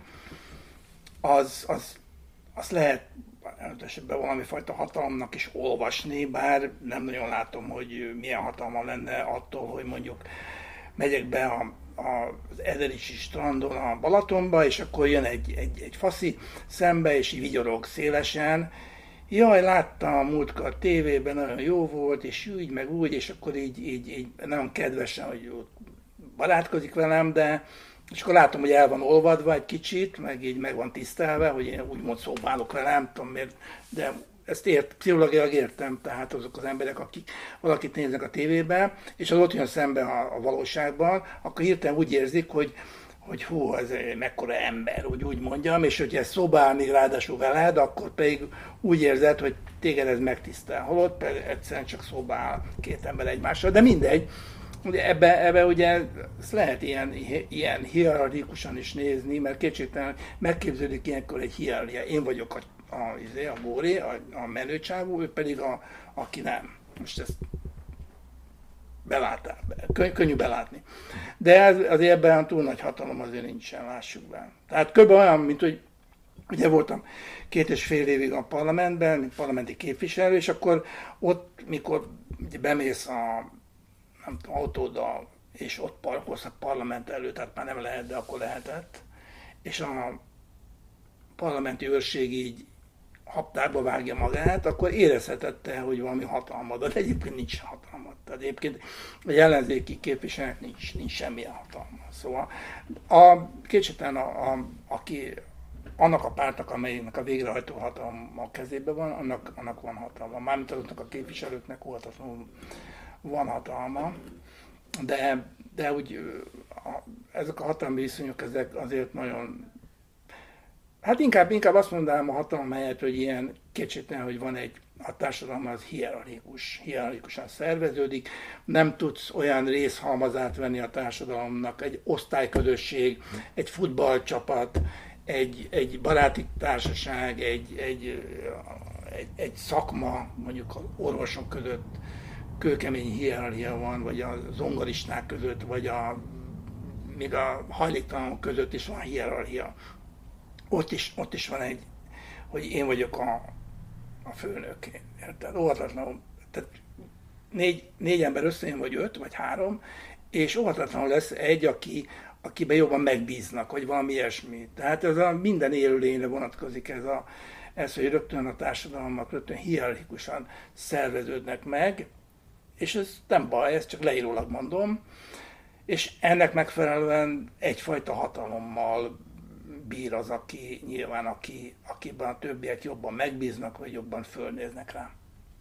S2: az, az, az lehet esetben valami fajta hatalomnak is olvasni, bár nem nagyon látom, hogy milyen hatalma lenne attól, hogy mondjuk megyek be a, a, az Edericsi strandon a Balatonba, és akkor jön egy, egy, egy faszi szembe, és így vigyorog szélesen. Jaj, láttam a múltkor a tévében, nagyon jó volt, és úgy, meg úgy, és akkor így, így, így nagyon kedvesen, hogy barátkozik velem, de és akkor látom, hogy el van olvadva egy kicsit, meg így meg van tisztelve, hogy én úgymond szóbálok vele, nem tudom miért, de ezt ért, pszichológiailag értem, tehát azok az emberek, akik valakit néznek a tévében, és az ott jön szembe a, a valóságban, akkor hirtelen úgy érzik, hogy, hogy hú, ez mekkora ember, úgy, úgy mondjam, és hogyha ez szóba még ráadásul veled, akkor pedig úgy érzed, hogy téged ez megtisztel. Holott pedig egyszerűen csak szóba áll két ember egymással, de mindegy. Ugye ebbe, ebbe ugye ezt lehet ilyen, ilyen hierarchikusan is nézni, mert kétségtelen megképződik ilyenkor egy hierarchia. Én vagyok a, a, a Bóri, a, a menőcsávú, ő pedig a, aki nem. Most ezt belátál, könny, könnyű belátni. De ez, azért ebben túl nagy hatalom azért nincsen, lássuk be. Tehát kb. Olyan, mint hogy ugye voltam két és fél évig a parlamentben, mint parlamenti képviselő, és akkor ott, mikor ugye bemész a nem tudom, autóddal, és ott parkolsz a parlament előtt, tehát már nem lehet, de akkor lehetett. És a parlamenti őrség így haptárba vágja magát, akkor érezhetette, hogy valami hatalmad, de egyébként nincs hatalmad. Tehát egyébként egy ellenzéki képviselőnek nincs, nincs semmilyen hatalma. Szóval a, kétségtelen, a, a, aki annak a pártnak, amelynek a végrehajtó hatalma a kezében van, annak, annak van hatalma. Mármint azoknak a képviselőknek óhatatlanul van hatalma, de, de úgy a, ezek a hatalmi viszonyok ezek azért nagyon, hát inkább, inkább azt mondanám a hatalom helyett, hogy ilyen kétségtelen, hogy van egy, a társadalom az hierarchikus, hierarchikusan szerveződik, nem tudsz olyan részhalmazát venni a társadalomnak, egy osztályközösség, egy futballcsapat, egy, egy baráti társaság, egy, egy, egy, egy szakma, mondjuk az orvosok között kőkemény hierarchia van, vagy a zongoristák között, vagy a, még a hajléktalanok között is van hierarchia. Ott is, ott is van egy, hogy én vagyok a, a főnök. Érted? Óhatatlanul. Tehát négy, négy ember összejön, vagy öt, vagy három, és óhatatlanul lesz egy, aki, akiben jobban megbíznak, vagy valami ilyesmi. Tehát ez a minden élőlényre vonatkozik ez, a, ez, hogy rögtön a társadalmak rögtön hierarchikusan szerveződnek meg, és ez nem baj, ezt csak leírólag mondom, és ennek megfelelően egyfajta hatalommal bír az, aki nyilván, aki, akiben a többiek jobban megbíznak, vagy jobban fölnéznek rá.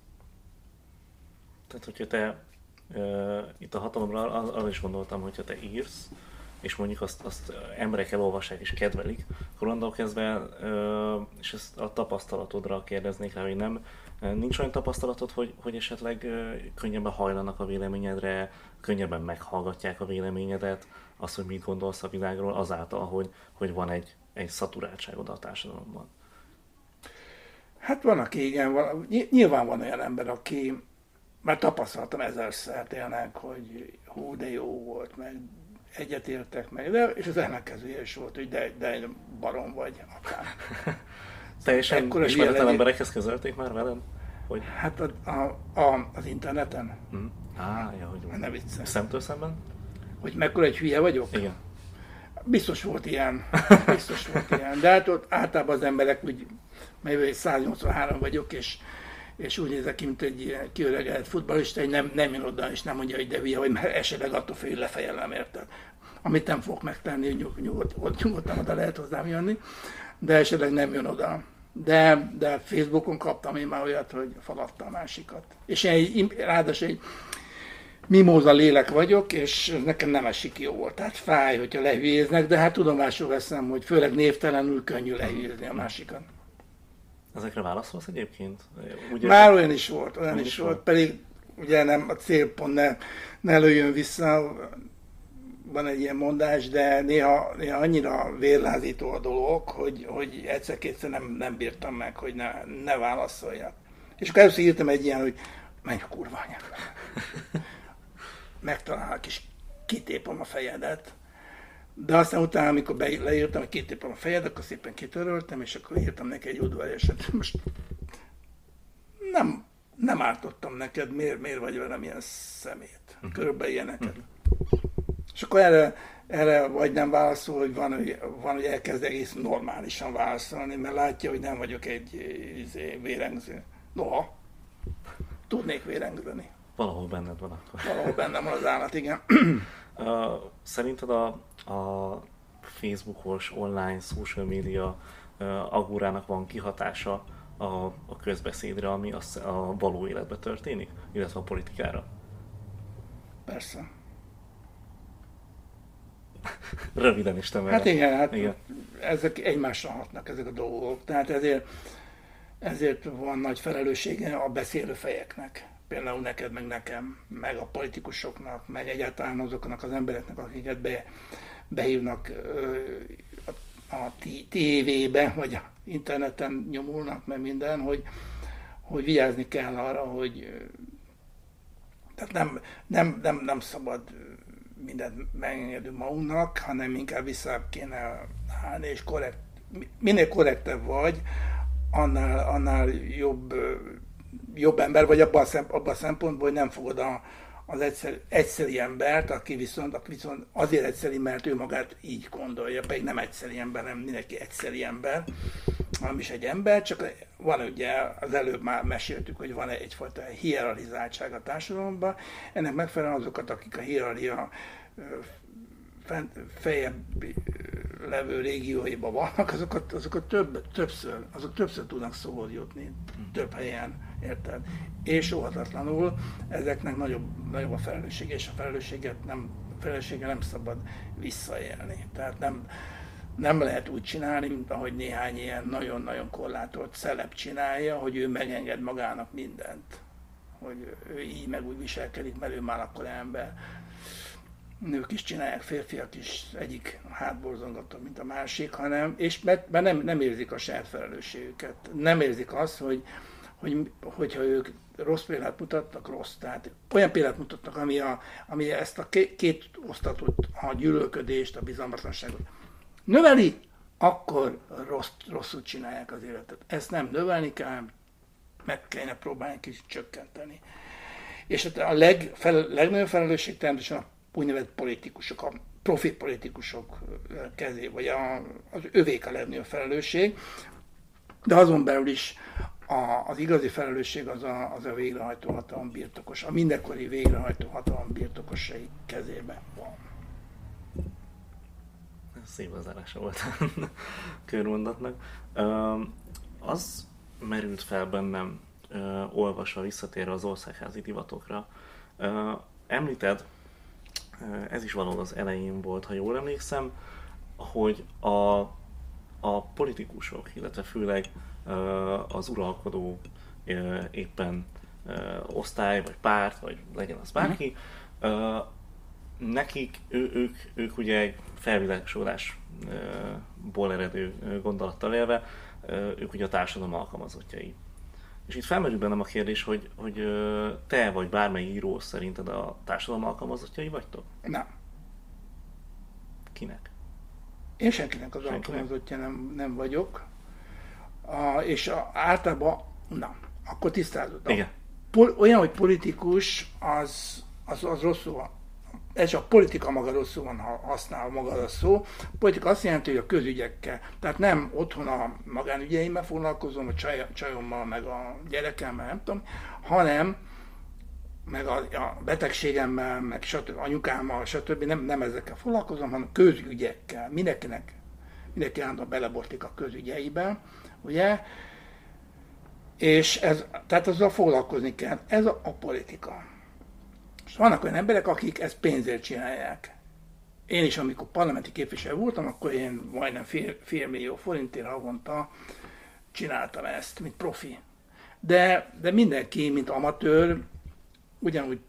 S1: Tehát, hogyha te uh, itt a hatalomra, arra is gondoltam, hogyha te írsz, és mondjuk azt, azt emberek elolvassák és kedvelik, akkor onnantól kezdve, uh, és ezt a tapasztalatodra kérdeznék rá, hogy nem, nincs olyan tapasztalatod, hogy, hogy esetleg uh, könnyebben hajlanak a véleményedre, könnyebben meghallgatják a véleményedet, azt, hogy mit gondolsz a világról, azáltal, hogy, hogy van egy, egy szaturáltságod a társadalomban?
S2: Hát van, aki igen, van, nyilván van olyan ember, aki már tapasztaltam ezerszer tényleg, hogy hú, de jó volt, meg egyetértek meg, de, és az ellenkezője is volt, hogy de, de barom vagy, akár.
S1: Teljesen ismeretlen emberekhez közölték már veled? Hogy...
S2: Hát a, a, a, az interneten.
S1: Hmm. Á, ja, hogy
S2: ne viccelj.
S1: Szemtől szemben?
S2: Hogy mekkora egy hülye vagyok?
S1: Igen.
S2: Biztos volt ilyen, biztos volt ilyen, de hát ott általában az emberek úgy, mert száznyolcvanhárom vagyok, és, és úgy nézek ki, mint egy kiöregedett futballista, hogy nem, nem jön oda, és nem mondja, hogy de hülye vagy, mert esetleg attól fél, hogy lefejelem, érted? Amit nem fogok megtenni, nyug, nyugodt, nyugodtan oda lehet hozzám jönni, de esetleg nem jön oda. De, de Facebookon kaptam én már olyat, hogy faladta a másikat. És én egy, ráadásul egy mimóza lélek vagyok, és nekem nem esik jól. Tehát fáj, hogyha lehülyéznek, de hát tudomásul veszem, hogy főleg névtelenül könnyű lehülyézni a másikat.
S1: Ezekre válaszolsz egyébként?
S2: Ugye, már olyan is volt, olyan is, is volt, volt, pedig ugye nem a célpont ne, ne lőjön vissza. van egy ilyen mondás, de néha, néha annyira vérlázító a dolog, hogy, hogy egyszer-kétszer nem, nem bírtam meg, hogy ne, ne válaszoljak. És akkor először írtam egy ilyen, hogy menj a kurva anyába. Megtalálok és kitépom a fejedet. De aztán utána, amikor be, leírtam, hogy kitépom a fejedet, akkor szépen kitöröltem, és akkor írtam neki egy udvariasat. Most nem, nem ártottam neked, miért, miért vagy velem ilyen szemét? Körülbelül ilyeneket. És akkor erre, erre vagy nem válaszol, hogy van, hogy, van, hogy elkezd egész normálisan válaszolni, mert látja, hogy nem vagyok egy izé, vérengző. Noha, tudnék vérengzeni.
S1: Valahol benned van akkor.
S2: Valahol bennem van az állat, igen.
S1: Uh, szerinted a, a Facebookos, online, social media uh, agórának van kihatása a, a közbeszédre, ami a, a való életben történik, illetve a politikára?
S2: Persze.
S1: Röviden is te
S2: Hát igen, hát
S1: igen.
S2: ezek egymásra hatnak, ezek a dolgok. Tehát ezért, ezért van nagy felelőssége a beszélő fejeknek. Például neked, meg nekem, meg a politikusoknak, meg egyáltalán azoknak az embereknek, akiket be, behívnak ö, a, a tévébe, vagy a interneten nyomulnak, meg minden, hogy, hogy vigyázni kell arra, hogy tehát nem, nem, nem, nem szabad mindent megengedünk magunknak, hanem inkább vissza kéne állni, és korrekt, minél korrektebb vagy, annál, annál jobb, jobb ember vagy abban a, szemp, abban a szempontból, hogy nem fogod a, az egyszer, egyszeri embert, aki viszont, aki viszont azért egyszeri, mert ő magát így gondolja, pedig nem egyszeri ember, nem mindenki egyszeri ember, hanem is egy ember, csak van ugye, az előbb már meséltük, hogy van egyfajta hierarchizáltság a társadalomban, ennek megfelelően azokat, akik a hierarchia feljebb levő régióiban vannak, azokat, azokat több, többször, azok többször tudnak szóhoz jutni, több helyen, érted? És óhatatlanul ezeknek nagyobb, nagyobb a felelősség, és a felelősséget nem, a felelősséggel nem szabad visszaélni. Tehát nem, nem lehet úgy csinálni, mint ahogy néhány ilyen nagyon-nagyon korlátolt celeb csinálja, hogy ő megenged magának mindent. Hogy ő így meg úgy viselkedik, mert ő már akkor ember. Nők is csinálják, férfiak is, egyik hátborzongató, mint a másik, hanem, és mert, mert nem, nem érzik a saját felelősségüket. Nem érzik azt, hogy, hogy, hogyha ők rossz példát mutatnak, rossz. Tehát olyan példát mutatnak, ami, a, ami ezt a két, két osztatot, a gyűlölködést, a bizalmatlanságot növeli, akkor rossz, rosszul csinálják az életet. Ezt nem növelni kell, meg kellene próbálni kicsit csökkenteni. És a legfele, legnagyobb felelősség természetesen a úgynevezett politikusok, a profi politikusok kezé, vagy a, az övék a legnagyobb felelősség, de azon belül is a, az igazi felelősség az a, az a végrehajtó hatalom birtokos, a mindenkori végrehajtó hatalom birtokosai kezében van.
S1: Szép az zárása volt a körmondatnak. Az merült fel bennem, olvasva, visszatérve az országházi divatokra. Említed, ez is valahol az elején volt, ha jól emlékszem, hogy a, a politikusok, illetve főleg az uralkodó éppen osztály, vagy párt, vagy legyen az bárki, mm. nekik, ő, ők, ők ugye egy felvilágosodásból eredő gondolattal élve, ők ugye a társadalom alkalmazottjai. És itt felmerül bennem a kérdés, hogy, hogy te vagy bármely író szerinted a társadalom alkalmazottjai vagytok?
S2: Nem.
S1: Kinek?
S2: Én senkinek az senkinek? alkalmazottja nem, nem vagyok. A, és a, általában, na, akkor tisztázódom.
S1: Igen.
S2: Pol, olyan, hogy politikus, az, az, az rosszul van. Ez csak a politika maga rosszul van használva maga a szó. A politika azt jelenti, hogy a közügyekkel, tehát nem otthon a magánügyeimmel foglalkozom, a csaj, csajommal, meg a gyerekemmel, nem tudom, hanem meg a, a betegségemmel, meg stb. Anyukámmal, stb. Nem, nem ezekkel foglalkozom, hanem közügyekkel. Mindenkinek, mindenki állandóan belebortik a közügyeibe, ugye? És ez, tehát azzal foglalkozni kell. Ez a, a politika. És vannak olyan emberek, akik ezt pénzért csinálják. Én is, amikor parlamenti képviselő voltam, akkor én majdnem fél, fél millió forintért havonta csináltam ezt, mint profi. De, de mindenki, mint amatőr, ugyanúgy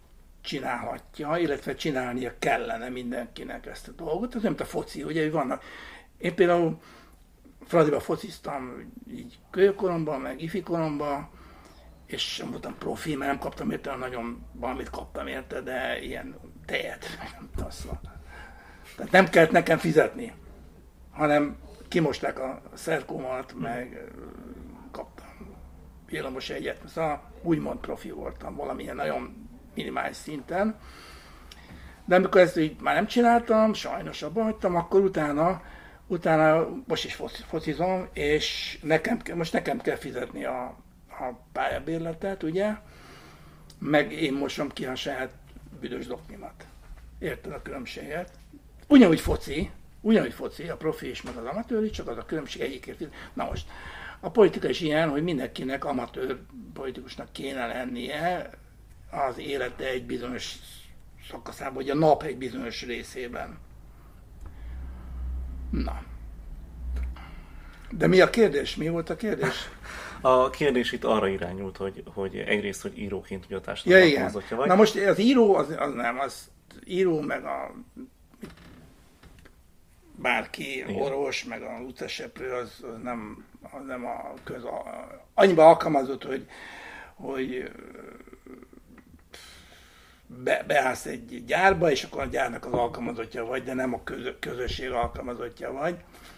S2: csinálhatja, illetve csinálnia kellene mindenkinek ezt a dolgot. Ez nem a foci, ugye, hogy vannak. Én például Fradiba fociztam így kölyökoromban, meg ifikoromban, és sem voltam profi, mert nem kaptam érte, nagyon valamit kaptam érte, de ilyen tejet. Tehát nem kellett nekem fizetni, hanem kimosták a szerkómat, meg kaptam villamos egyet. Szóval úgymond profi voltam valamilyen nagyon minimális szinten. De amikor ezt így már nem csináltam, sajnos abba hagytam, akkor utána, utána most is focizom, és nekem, most nekem kell fizetni a, a pályabérletet, ugye? Meg én mosom ki a saját büdös doknimat. Érted a különbséget? Ugyanúgy foci, ugyanúgy foci, a profi is, meg az amatőr is, csak az a különbség egyikért. Na most, a politika is ilyen, hogy mindenkinek amatőr politikusnak kéne lennie az élete egy bizonyos szakaszában, vagy a nap egy bizonyos részében. Na. De mi a kérdés? Mi volt a kérdés?
S1: A kérdés itt arra irányult, hogy, hogy egyrészt, hogy íróként ugye a társadalom
S2: ja, alkalmazottja vagy. Na most az író, az, az nem, az író, meg a bárki, igen. Orvos, meg a utcaseprő, az, az nem, az nem a köz... A, annyiban alkalmazott, hogy, hogy be, beállsz egy gyárba, és akkor a gyárnak az alkalmazottja vagy, de nem a köz, közösség alkalmazottja vagy.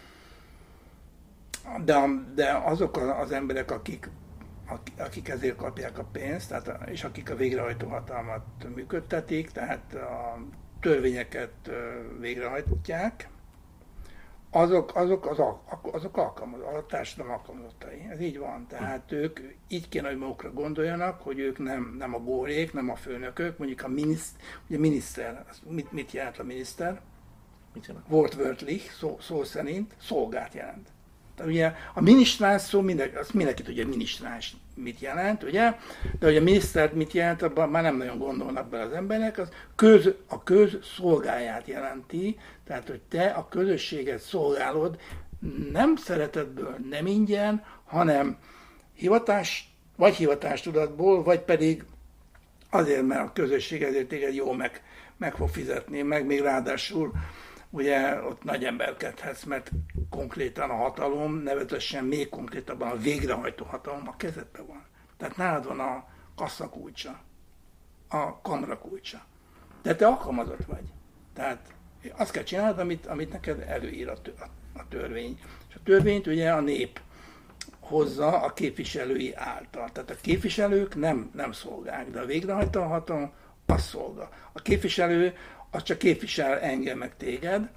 S2: De, de azok az emberek, akik, akik ezért kapják a pénzt, tehát, és akik a végrehajtó hatalmat működtetik, tehát a törvényeket végrehajtják, azok, azok, az, azok alkalmazottak, a társadalom alkalmazottai. Ez így van. Tehát ők így kéne, hogy magukra gondoljanak, hogy ők nem, nem a górék, nem a főnökök, mondjuk a miniszter, ugye miniszter, mit, mit jelent a miniszter?
S1: Mit jelent?
S2: Wortwörtlich, szó, szó szerint, szolgát jelent. Tehát ugye a minisztráns szó, mindenki, azt mindenki tudja, hogy minisztráns mit jelent, ugye? De hogy a minisztert mit jelent, abban már nem nagyon gondolnak bele az emberek, az köz, a köz szolgáját jelenti, tehát hogy te a közösséget szolgálod, nem szeretetből, nem ingyen, hanem hivatás, vagy hivatástudatból, vagy pedig azért, mert a közösség ezért téged jól meg, meg fog fizetni, meg még ráadásul ugye ott nagy emberkedhetsz, mert konkrétan a hatalom, nevezetesen még konkrétabban a végrehajtó hatalom a kezedben van. Tehát nálad van a kassa kulcsa, a kamra kulcsa. De te alkalmazott vagy. Tehát azt kell csinálnod, amit, amit neked előír a, a törvény. És a törvényt ugye a nép hozza a képviselői által. Tehát a képviselők nem, nem szolgálják, de a végrehajtó hatalom az szolga. A képviselő az csak képvisel engem meg téged,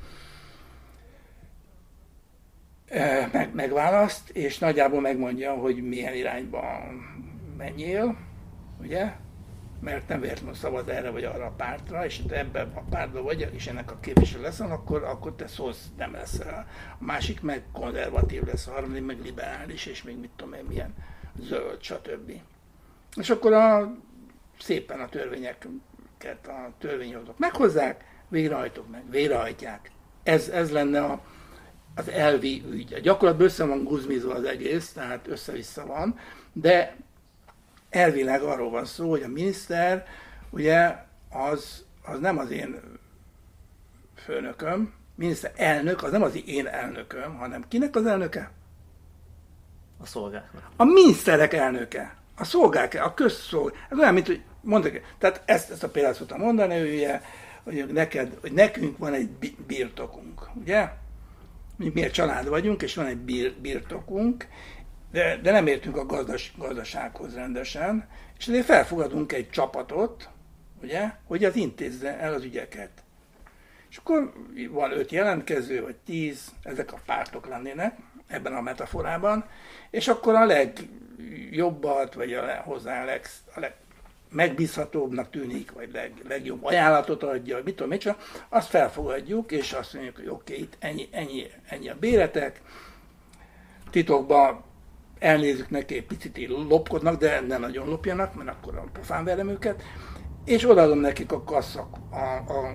S2: meg, megválaszt, és nagyjából megmondja, hogy milyen irányba menjél, ugye? Mert nem véletlenül szavaz erre vagy arra a pártra, és te ebben a pártban vagy, és ennek a képviselő leszel, akkor, akkor te szólsz, nem leszel. A másik meg konzervatív lesz, a harmadik meg liberális, és még mit tudom én, milyen zöld, stb. És akkor a, szépen a törvények a törvényhozók meghozzák, végrehajtók meg, végrehajtják. Ez, ez lenne a, az elvi ügy. A gyakorlatban össze van guzmizva az egész, tehát össze-vissza van, de elvileg arról van szó, hogy a miniszter, ugye, az, az nem az én főnököm, miniszter elnök, az nem az én elnököm, hanem kinek az elnöke?
S1: A szolgáknak.
S2: A miniszterek elnöke. A szolgák, a közszolgák. Ez olyan, mint hogy mondok, tehát ezt, ezt a példát szoktam mondani, ugye, hogy, neked, hogy nekünk van egy birtokunk, ugye? Mi egy család vagyunk, és van egy bir, birtokunk, de, de nem értünk a gazdas, gazdasághoz rendesen, és ezért felfogadunk egy csapatot, ugye, hogy az intézze el az ügyeket. És akkor van öt jelentkező, vagy tíz, ezek a pártok lennének ebben a metaforában, és akkor a legjobbat, vagy a hozzá a, leg, a leg, megbízhatóbbnak tűnik, vagy leg, legjobb ajánlatot adja, mit tudom, mit csak, azt felfogadjuk, és azt mondjuk, hogy oké, okay, itt ennyi, ennyi, ennyi a béretek, titokban elnézzük neki, egy picit lopkodnak, de ne nagyon lopjanak, mert akkor a pofán verem őket, és odaadom nekik a kassa, a, a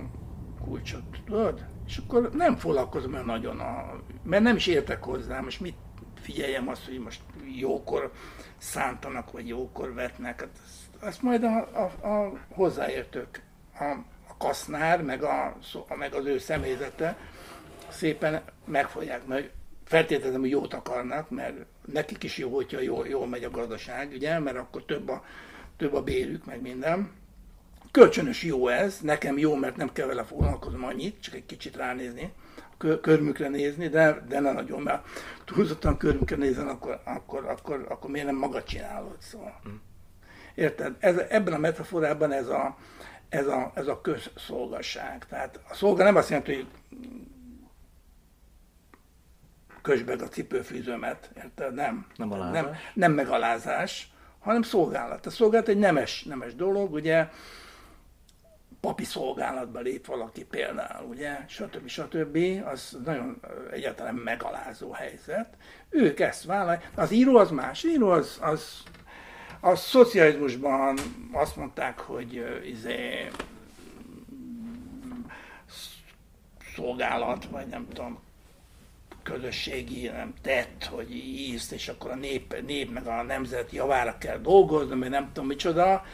S2: kulcsot, tudod? És akkor nem foglalkozom olyan nagyon, a, mert nem is értek hozzá, most mit figyeljem azt, hogy most jókor szántanak, vagy jókor vetnek. Hát ezt, ezt majd a, a, a hozzáértők, a, a kasznár, meg, a, meg az ő személyzete szépen megfogják, meg feltételezem, hogy jót akarnak, mert nekik is jó, hogyha jól, jól megy a gazdaság, ugye, mert akkor több a, több a bérük, meg minden. Kölcsönös jó ez, nekem jó, mert nem kell vele foglalkoznom annyit, csak egy kicsit ránézni, körmükre nézni, de, de ne nagyon, mert túlzottan körmükre nézen, akkor, akkor, akkor, akkor miért nem magad csinálod, szóval. Érted? Ez, ebben a metaforában ez a, ez a, ez a közszolgasság. Tehát a szolga nem azt jelenti, hogy kösd meg a cipőfűzőmet, érted? Nem.
S1: Nem alázás.
S2: Nem, nem megalázás, hanem szolgálat. A szolgálat egy nemes, nemes dolog, ugye, papi szolgálatba lép valaki például, ugye, stb. stb. Az nagyon egyáltalán megalázó helyzet. Ők ezt vállalják. Az író az más. Az író az, az a szocializmusban azt mondták, hogy izé, szolgálat, vagy nem tudom, közösségi nem tett, hogy ízt, és akkor a nép, nép meg a nemzet javára kell dolgozni, mert nem tudom micsoda.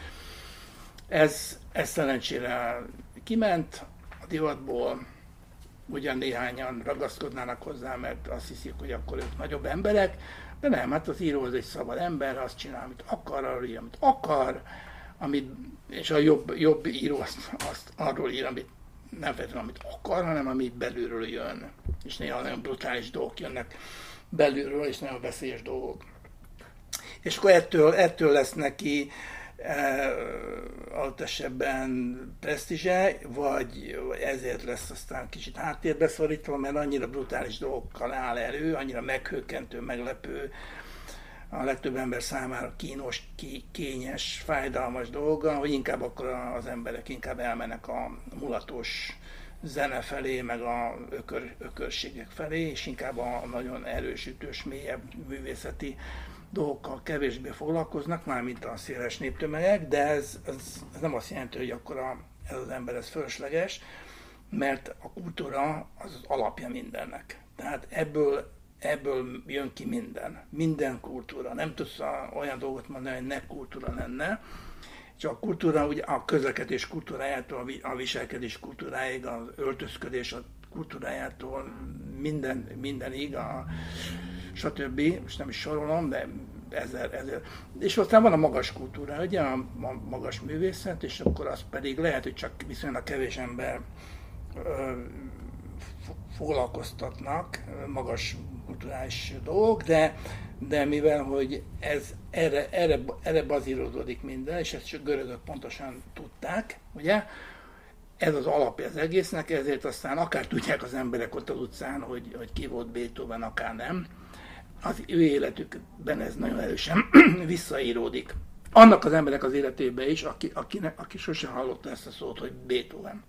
S2: Ez, ez szerencsére kiment a divatból, ugyan néhányan ragaszkodnának hozzá, mert azt hiszik, hogy akkor ők nagyobb emberek, de nem, hát az író az egy szabad ember, azt csinál, amit akar, arról ír, amit akar, amit, és a jobb, jobb író azt, azt arról ír, amit nem feltétlenül amit akar, hanem amit belülről jön. És néha nagyon brutális dolgok jönnek belülről, és nagyon veszélyes dolgok. És akkor ettől, ettől lesz neki e, adott esetben presztízse, vagy ezért lesz aztán kicsit háttérbe szorítva, mert annyira brutális dolgokkal áll elő, annyira meghökkentő, meglepő, a legtöbb ember számára kínos, kényes, fájdalmas dolga, hogy inkább akkor az emberek inkább elmennek a mulatos zene felé, meg a ökör, ökörségek felé, és inkább a nagyon erős, ütős, mélyebb művészeti dolgokkal kevésbé foglalkoznak, mármint a széles néptömegek, de ez, ez, ez nem azt jelenti, hogy akkor a, ez az ember ez fölösleges, mert a kultúra az az alapja mindennek. Tehát ebből Ebből jön ki minden. Minden kultúra. Nem tudsz olyan dolgot mondani, hogy ne kultúra lenne. Csak a kultúra, ugye a közlekedés kultúrájától, a viselkedés kultúráig, az öltözködés a kultúrájától, minden, mindenig, a, stb. Most nem is sorolom, de ezer, ezer. És aztán van a magas kultúra, ugye, a, a magas művészet, és akkor az pedig lehet, hogy csak viszonylag kevés ember ö, foglalkoztatnak, magas kulturális dolgok, de, de mivel, hogy ez erre, erre, erre bazírozódik minden, és ezt csak görögök pontosan tudták, ugye, ez az alapja az egésznek, ezért aztán akár tudják az emberek ott az utcán, hogy, hogy ki volt Beethoven, akár nem, az ő életükben ez nagyon erősen visszaíródik. Annak az emberek az életében is, aki, aki, aki sosem hallotta ezt a szót, hogy Beethoven.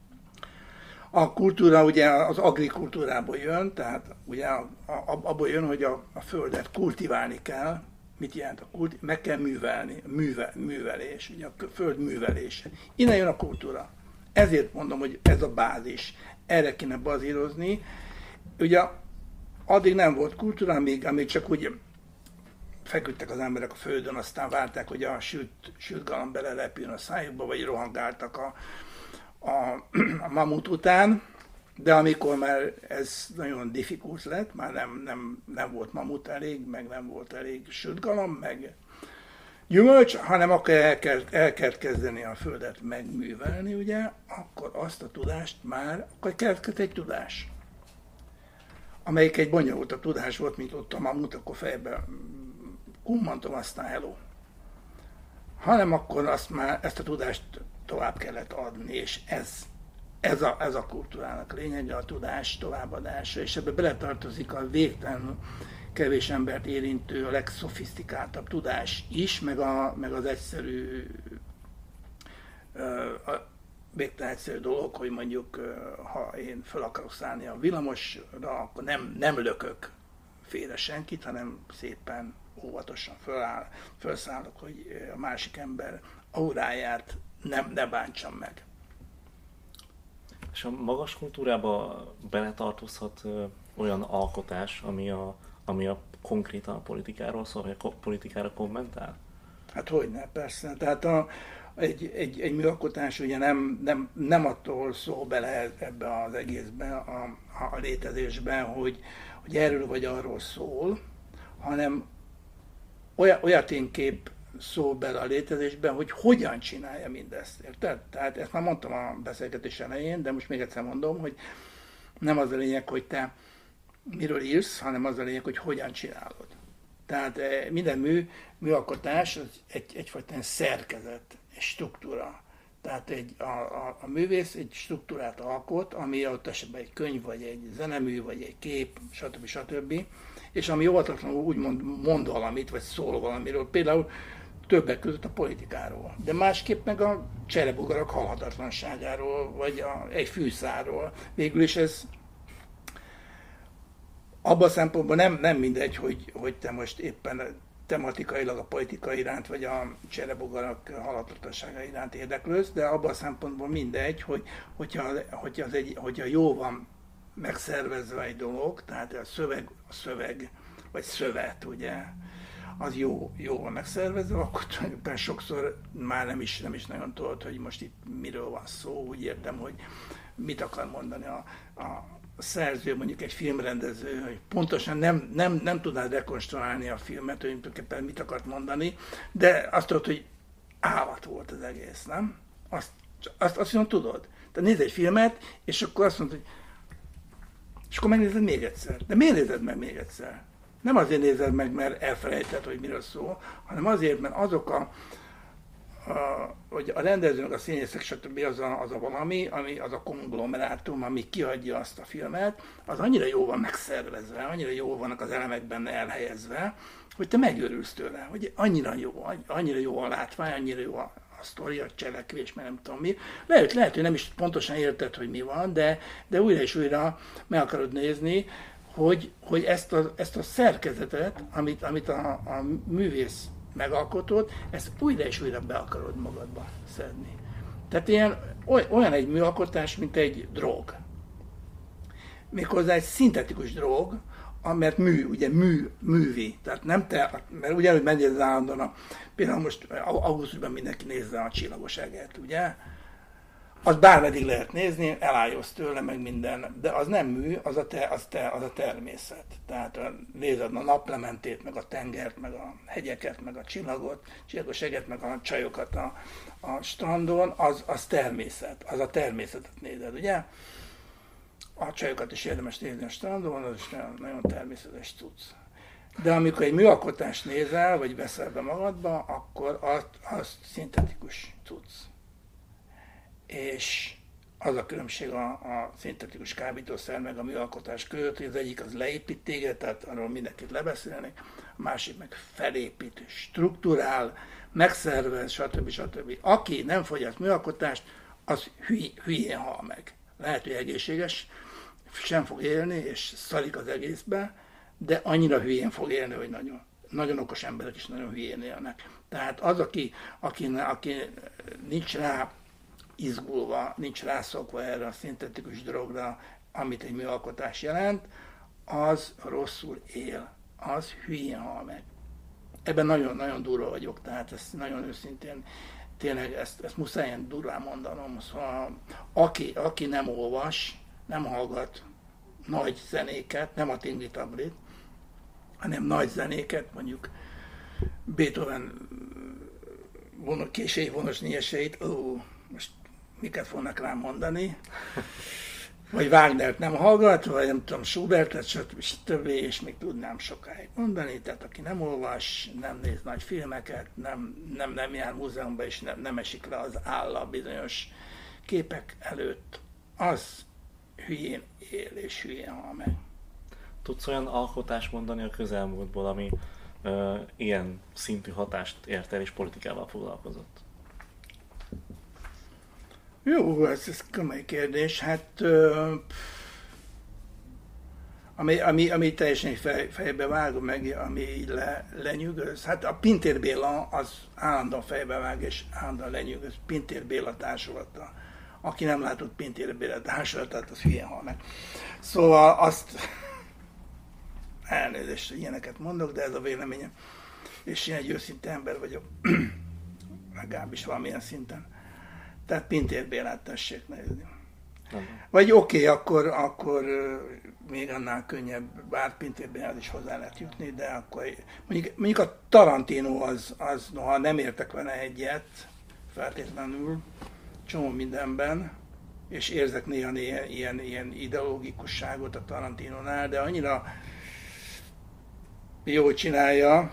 S2: A kultúra ugye az agrikultúrából jön, tehát ugye abból jön, hogy a, a földet kultiválni kell. Mit jelent a kulti? Meg kell művelni, műve, művelés, ugye a föld művelése. Innen jön a kultúra. Ezért mondom, hogy ez a bázis. Erre kéne bazírozni. Ugye addig nem volt kultúra, amíg, amíg csak úgy feküdtek az emberek a földön, aztán várták, hogy a sült, sült galamb belerepüljön a szájukba, vagy rohangáltak a A, a mamut után, de amikor már ez nagyon diffikult lett, már nem, nem, nem volt mamut elég, meg nem volt elég sült galamb, meg gyümölcs, hanem akkor el kell, el kell kezdeni a földet megművelni, ugye, akkor azt a tudást már, akkor keletkezett egy tudás, amelyik egy bonyolultabb tudás volt, mint ott a mamut, akkor fejben kummantom, aztán hello. Hanem akkor azt már, ezt a tudást tovább kellett adni, és ez, ez, a, ez a kultúrának lényege, a tudás továbbadása, és ebbe beletartozik a végtelen kevés embert érintő, a legszofisztikáltabb tudás is, meg, a, meg az egyszerű, a végtelen egyszerű dolog, hogy mondjuk, ha én fel akarok szállni a villamosra, akkor nem, nem lökök félre senkit, hanem szépen óvatosan föláll, felszállok, hogy a másik ember auráját nem, ne bántsam meg.
S1: És a magas kultúrába beletartozhat ö, olyan alkotás, ami a, ami a konkrétan a politikáról szól, vagy a politikára kommentál?
S2: Hát hogyne, persze. Tehát a, egy, egy, egy műalkotás ugye nem, nem, nem attól szól bele ebbe az egészbe, a, a létezésben, hogy, hogy erről vagy arról szól, hanem olyan, olyan ténykép szól bele a létezésben, hogy hogyan csinálja mindezt. Érted? Tehát ezt már mondtam a beszélgetés elején, de most még egyszer mondom, hogy nem az a lényeg, hogy te miről írsz, hanem az a lényeg, hogy hogyan csinálod. Tehát minden mű, műalkotás az egy, egyfajta szerkezet, egy struktúra. Tehát egy, a, a, a művész egy struktúrát alkot, ami ott esetben egy könyv, vagy egy zenemű, vagy egy kép, stb. stb. És ami óvatatlanul úgy mond, mond valamit, vagy szól valamiről. Például többek között a politikáról. De másképp meg a cserebogarak halhatatlanságáról, vagy a, egy fűszárról. Végül is ez abban a szempontból nem, nem mindegy, hogy, hogy te most éppen tematikailag a politika iránt, vagy a cserebogarak halhatatlansága iránt érdeklődsz, de abban a szempontból mindegy, hogy, hogyha, hogyha, az egy, hogyha jó van megszervezve egy dolog, tehát a szöveg, a szöveg vagy szövet, ugye, az jó, jó van megszervezve, akkor tulajdonképpen sokszor már nem is, nem is nagyon tudod, hogy most itt miről van szó, úgy értem, hogy mit akar mondani a, a szerző, mondjuk egy filmrendező, hogy pontosan nem, nem, nem tudnád rekonstruálni a filmet, hogy tulajdonképpen mit akart mondani, de azt tudod, hogy állat volt az egész, nem? Azt, azt, azt mondom, tudod. Tehát nézd egy filmet, és akkor azt mondod, hogy és akkor megnézed még egyszer. De miért nézed meg még egyszer? Nem azért nézed meg, mert elfelejted, hogy miről szól, hanem azért, mert azok a, a hogy a rendezőnek, a színészek, stb. Az a, az a valami, ami, az a konglomerátum, ami kiadja azt a filmet, az annyira jól van megszervezve, annyira jól vannak az elemek benne elhelyezve, hogy te megőrülsz tőle, hogy annyira jó, annyira jó a látvány, annyira jó a, a sztori, a cselekvés, mert nem tudom mi. Lehet, lehet, hogy nem is pontosan érted, hogy mi van, de, de újra és újra meg akarod nézni, hogy, hogy ezt, a, ezt a szerkezetet, amit, amit a, a művész megalkotott, ezt újra és újra be akarod magadba szedni. Tehát ilyen, olyan egy műalkotás, mint egy drog. Méghozzá egy szintetikus drog, mert mű, ugye mű, művi. Tehát nem te, mert ugyanúgy megnézed állandóan, a, például most augusztusban mindenki nézze a Csillagos Egeret, ugye? Az bármeddig lehet nézni, elájulsz tőle, meg minden, de az nem mű, az a, te, az, te, az a természet. Tehát nézed a naplementét, meg a tengert, meg a hegyeket, meg a csillagot, Csillagos Egeret, meg a csajokat a, a strandon, az, az természet, az a természetet nézed, ugye? A csajokat is érdemes nézni a strandon, az is nagyon, nagyon természetes cucc. De amikor egy műalkotást nézel, vagy veszel be magadba, akkor az, az szintetikus cucc. És az a különbség a, a szintetikus kábítószer meg a műalkotás között, hogy az egyik az leépít téged, tehát arról mindenkit lebeszélnek, a másik meg felépít, strukturál, megszervez, stb. stb. Aki nem fogyaszt műalkotást, az hüly, hülyén hal meg. Lehet, hogy egészséges, sem fog élni, és szarik az egészbe, de annyira hülyén fog élni, hogy nagyon, nagyon okos emberek is nagyon hülyén élnek. Tehát az, aki, aki, aki nincs rá izgulva, nincs rászokva erre a szintetikus drogra, amit egy műalkotás jelent, az rosszul él, az hülyén hal meg. Ebben nagyon-nagyon durva vagyok, tehát ezt nagyon őszintén, tényleg ezt, ezt muszáj ilyen durván mondanom, szóval aki, aki nem olvas, nem hallgat nagy zenéket, nem a tingli-tablit, hanem nagy zenéket, mondjuk Beethoven vonok, késői vonos nyílseit, ó, most miket fognak rám mondani, vagy Wagnert nem hallgat, vagy nem tudom, Schubertet, stb. És még tudnám sokáig mondani, tehát aki nem olvas, nem néz nagy filmeket, nem, nem, nem jár múzeumban, és nem, nem esik le az álla bizonyos képek előtt, az hülyén él és hülyén hal meg.
S1: Tudsz olyan alkotást mondani a közelmúltból, ami ö, ilyen szintű hatást ért el és politikával foglalkozott?
S2: Jó, ez, ez komoly kérdés. Hát, ö, ami, ami, ami teljesen fej, fejbe vágom meg, ami így le, lenyűgöz. Hát a Pintér Béla az állandóan fejbe vág, és állandóan lenyűgöz. Pintér Béla társulata. Aki nem látott Pintér Béla társulatát, az hülyén hal meg. Szóval azt... elnézést, hogy ilyeneket mondok, de ez a véleményem. És én egy őszinte ember vagyok, legalábbis valamilyen szinten. Tehát Pintér Bélát tessék nézni. Vagy oké, okay, akkor, akkor még annál könnyebb, bár Pintér Bélához is hozzá lehet jutni, de akkor mondjuk, mondjuk a Tarantino az, az, noha nem értek vele egyet, feltétlenül, csomó mindenben, és érzek néha, néha ilyen, ilyen ideológikusságot a Tarantinonál, de annyira jól csinálja,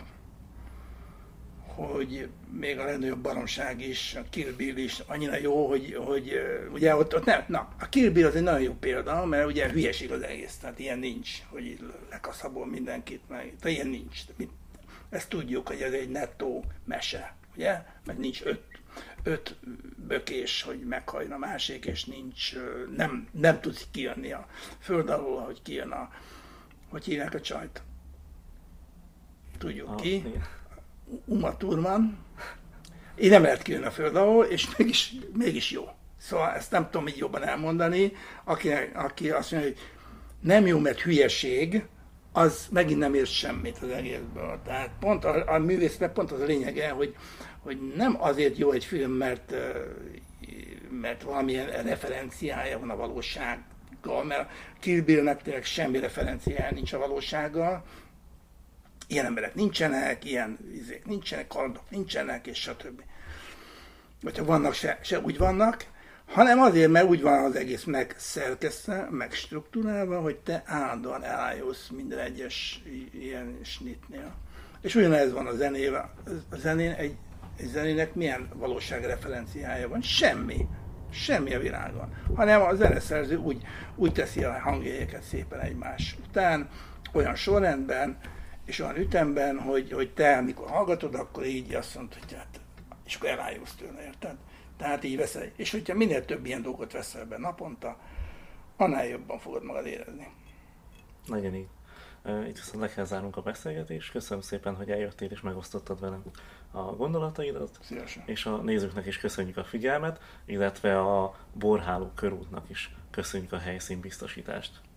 S2: hogy még a legnagyobb baromság is, a Kill Bill is annyira jó, hogy, hogy ugye ott, ott nem, na, a Kill Bill az egy nagyon jó példa, mert ugye hülyeség az egész, tehát ilyen nincs, hogy lekaszabol mindenkit, meg, tehát ilyen nincs. Ezt tudjuk, hogy ez egy nettó mese, ugye, meg nincs öt, öt bökés, hogy meghajn a másik, és nincs, nem, nem tudsz kijönni a föld alól, hogy kijön a, hogy hívják a csajt. Tudjuk ah, ki. Igen. Uma Thurman, így nem lehet kijönni a föld alól, és mégis, mégis jó. Szóval ezt nem tudom így jobban elmondani, aki, aki azt mondja, hogy nem jó, mert hülyeség, az megint nem ért semmit az egészből. Tehát pont a, a művésznek pont az a lényege, hogy, hogy nem azért jó egy film, mert, mert valamilyen referenciája van a valósággal, mert Kill Billnek tényleg semmi referenciája nincs a valósággal, ilyen emberek nincsenek, ilyen izék nincsenek, kardok nincsenek, és stb. Vagy ha vannak, se, se úgy vannak, hanem azért, mert úgy van az egész megszerkesztve, megstruktúrálva, hogy te állandóan elájulsz minden egyes ilyen snitnél. És ugyanez van a zenével. A zenén egy, egy zenének milyen valóságreferenciája van? Semmi. Semmi a világon. Hanem a zeneszerző úgy, úgy teszi a hangjegyeket szépen egymás után, olyan sorrendben, és olyan ütemben, hogy, hogy te, amikor hallgatod, akkor így azt mondod, hogy hát, és akkor elájulsz tőle, érted? Tehát így veszel. És hogyha minél több ilyen dolgot veszel be naponta, annál jobban fogod magad érezni.
S1: Nagyon így. Itt viszont le kell zárnunk a beszélgetést. Köszönöm szépen, hogy eljöttél és megosztottad velem a gondolataidat.
S2: Szívesen.
S1: És a nézőknek is köszönjük a figyelmet, illetve a Borháló körútnak is köszönjük a helyszínbiztosítást.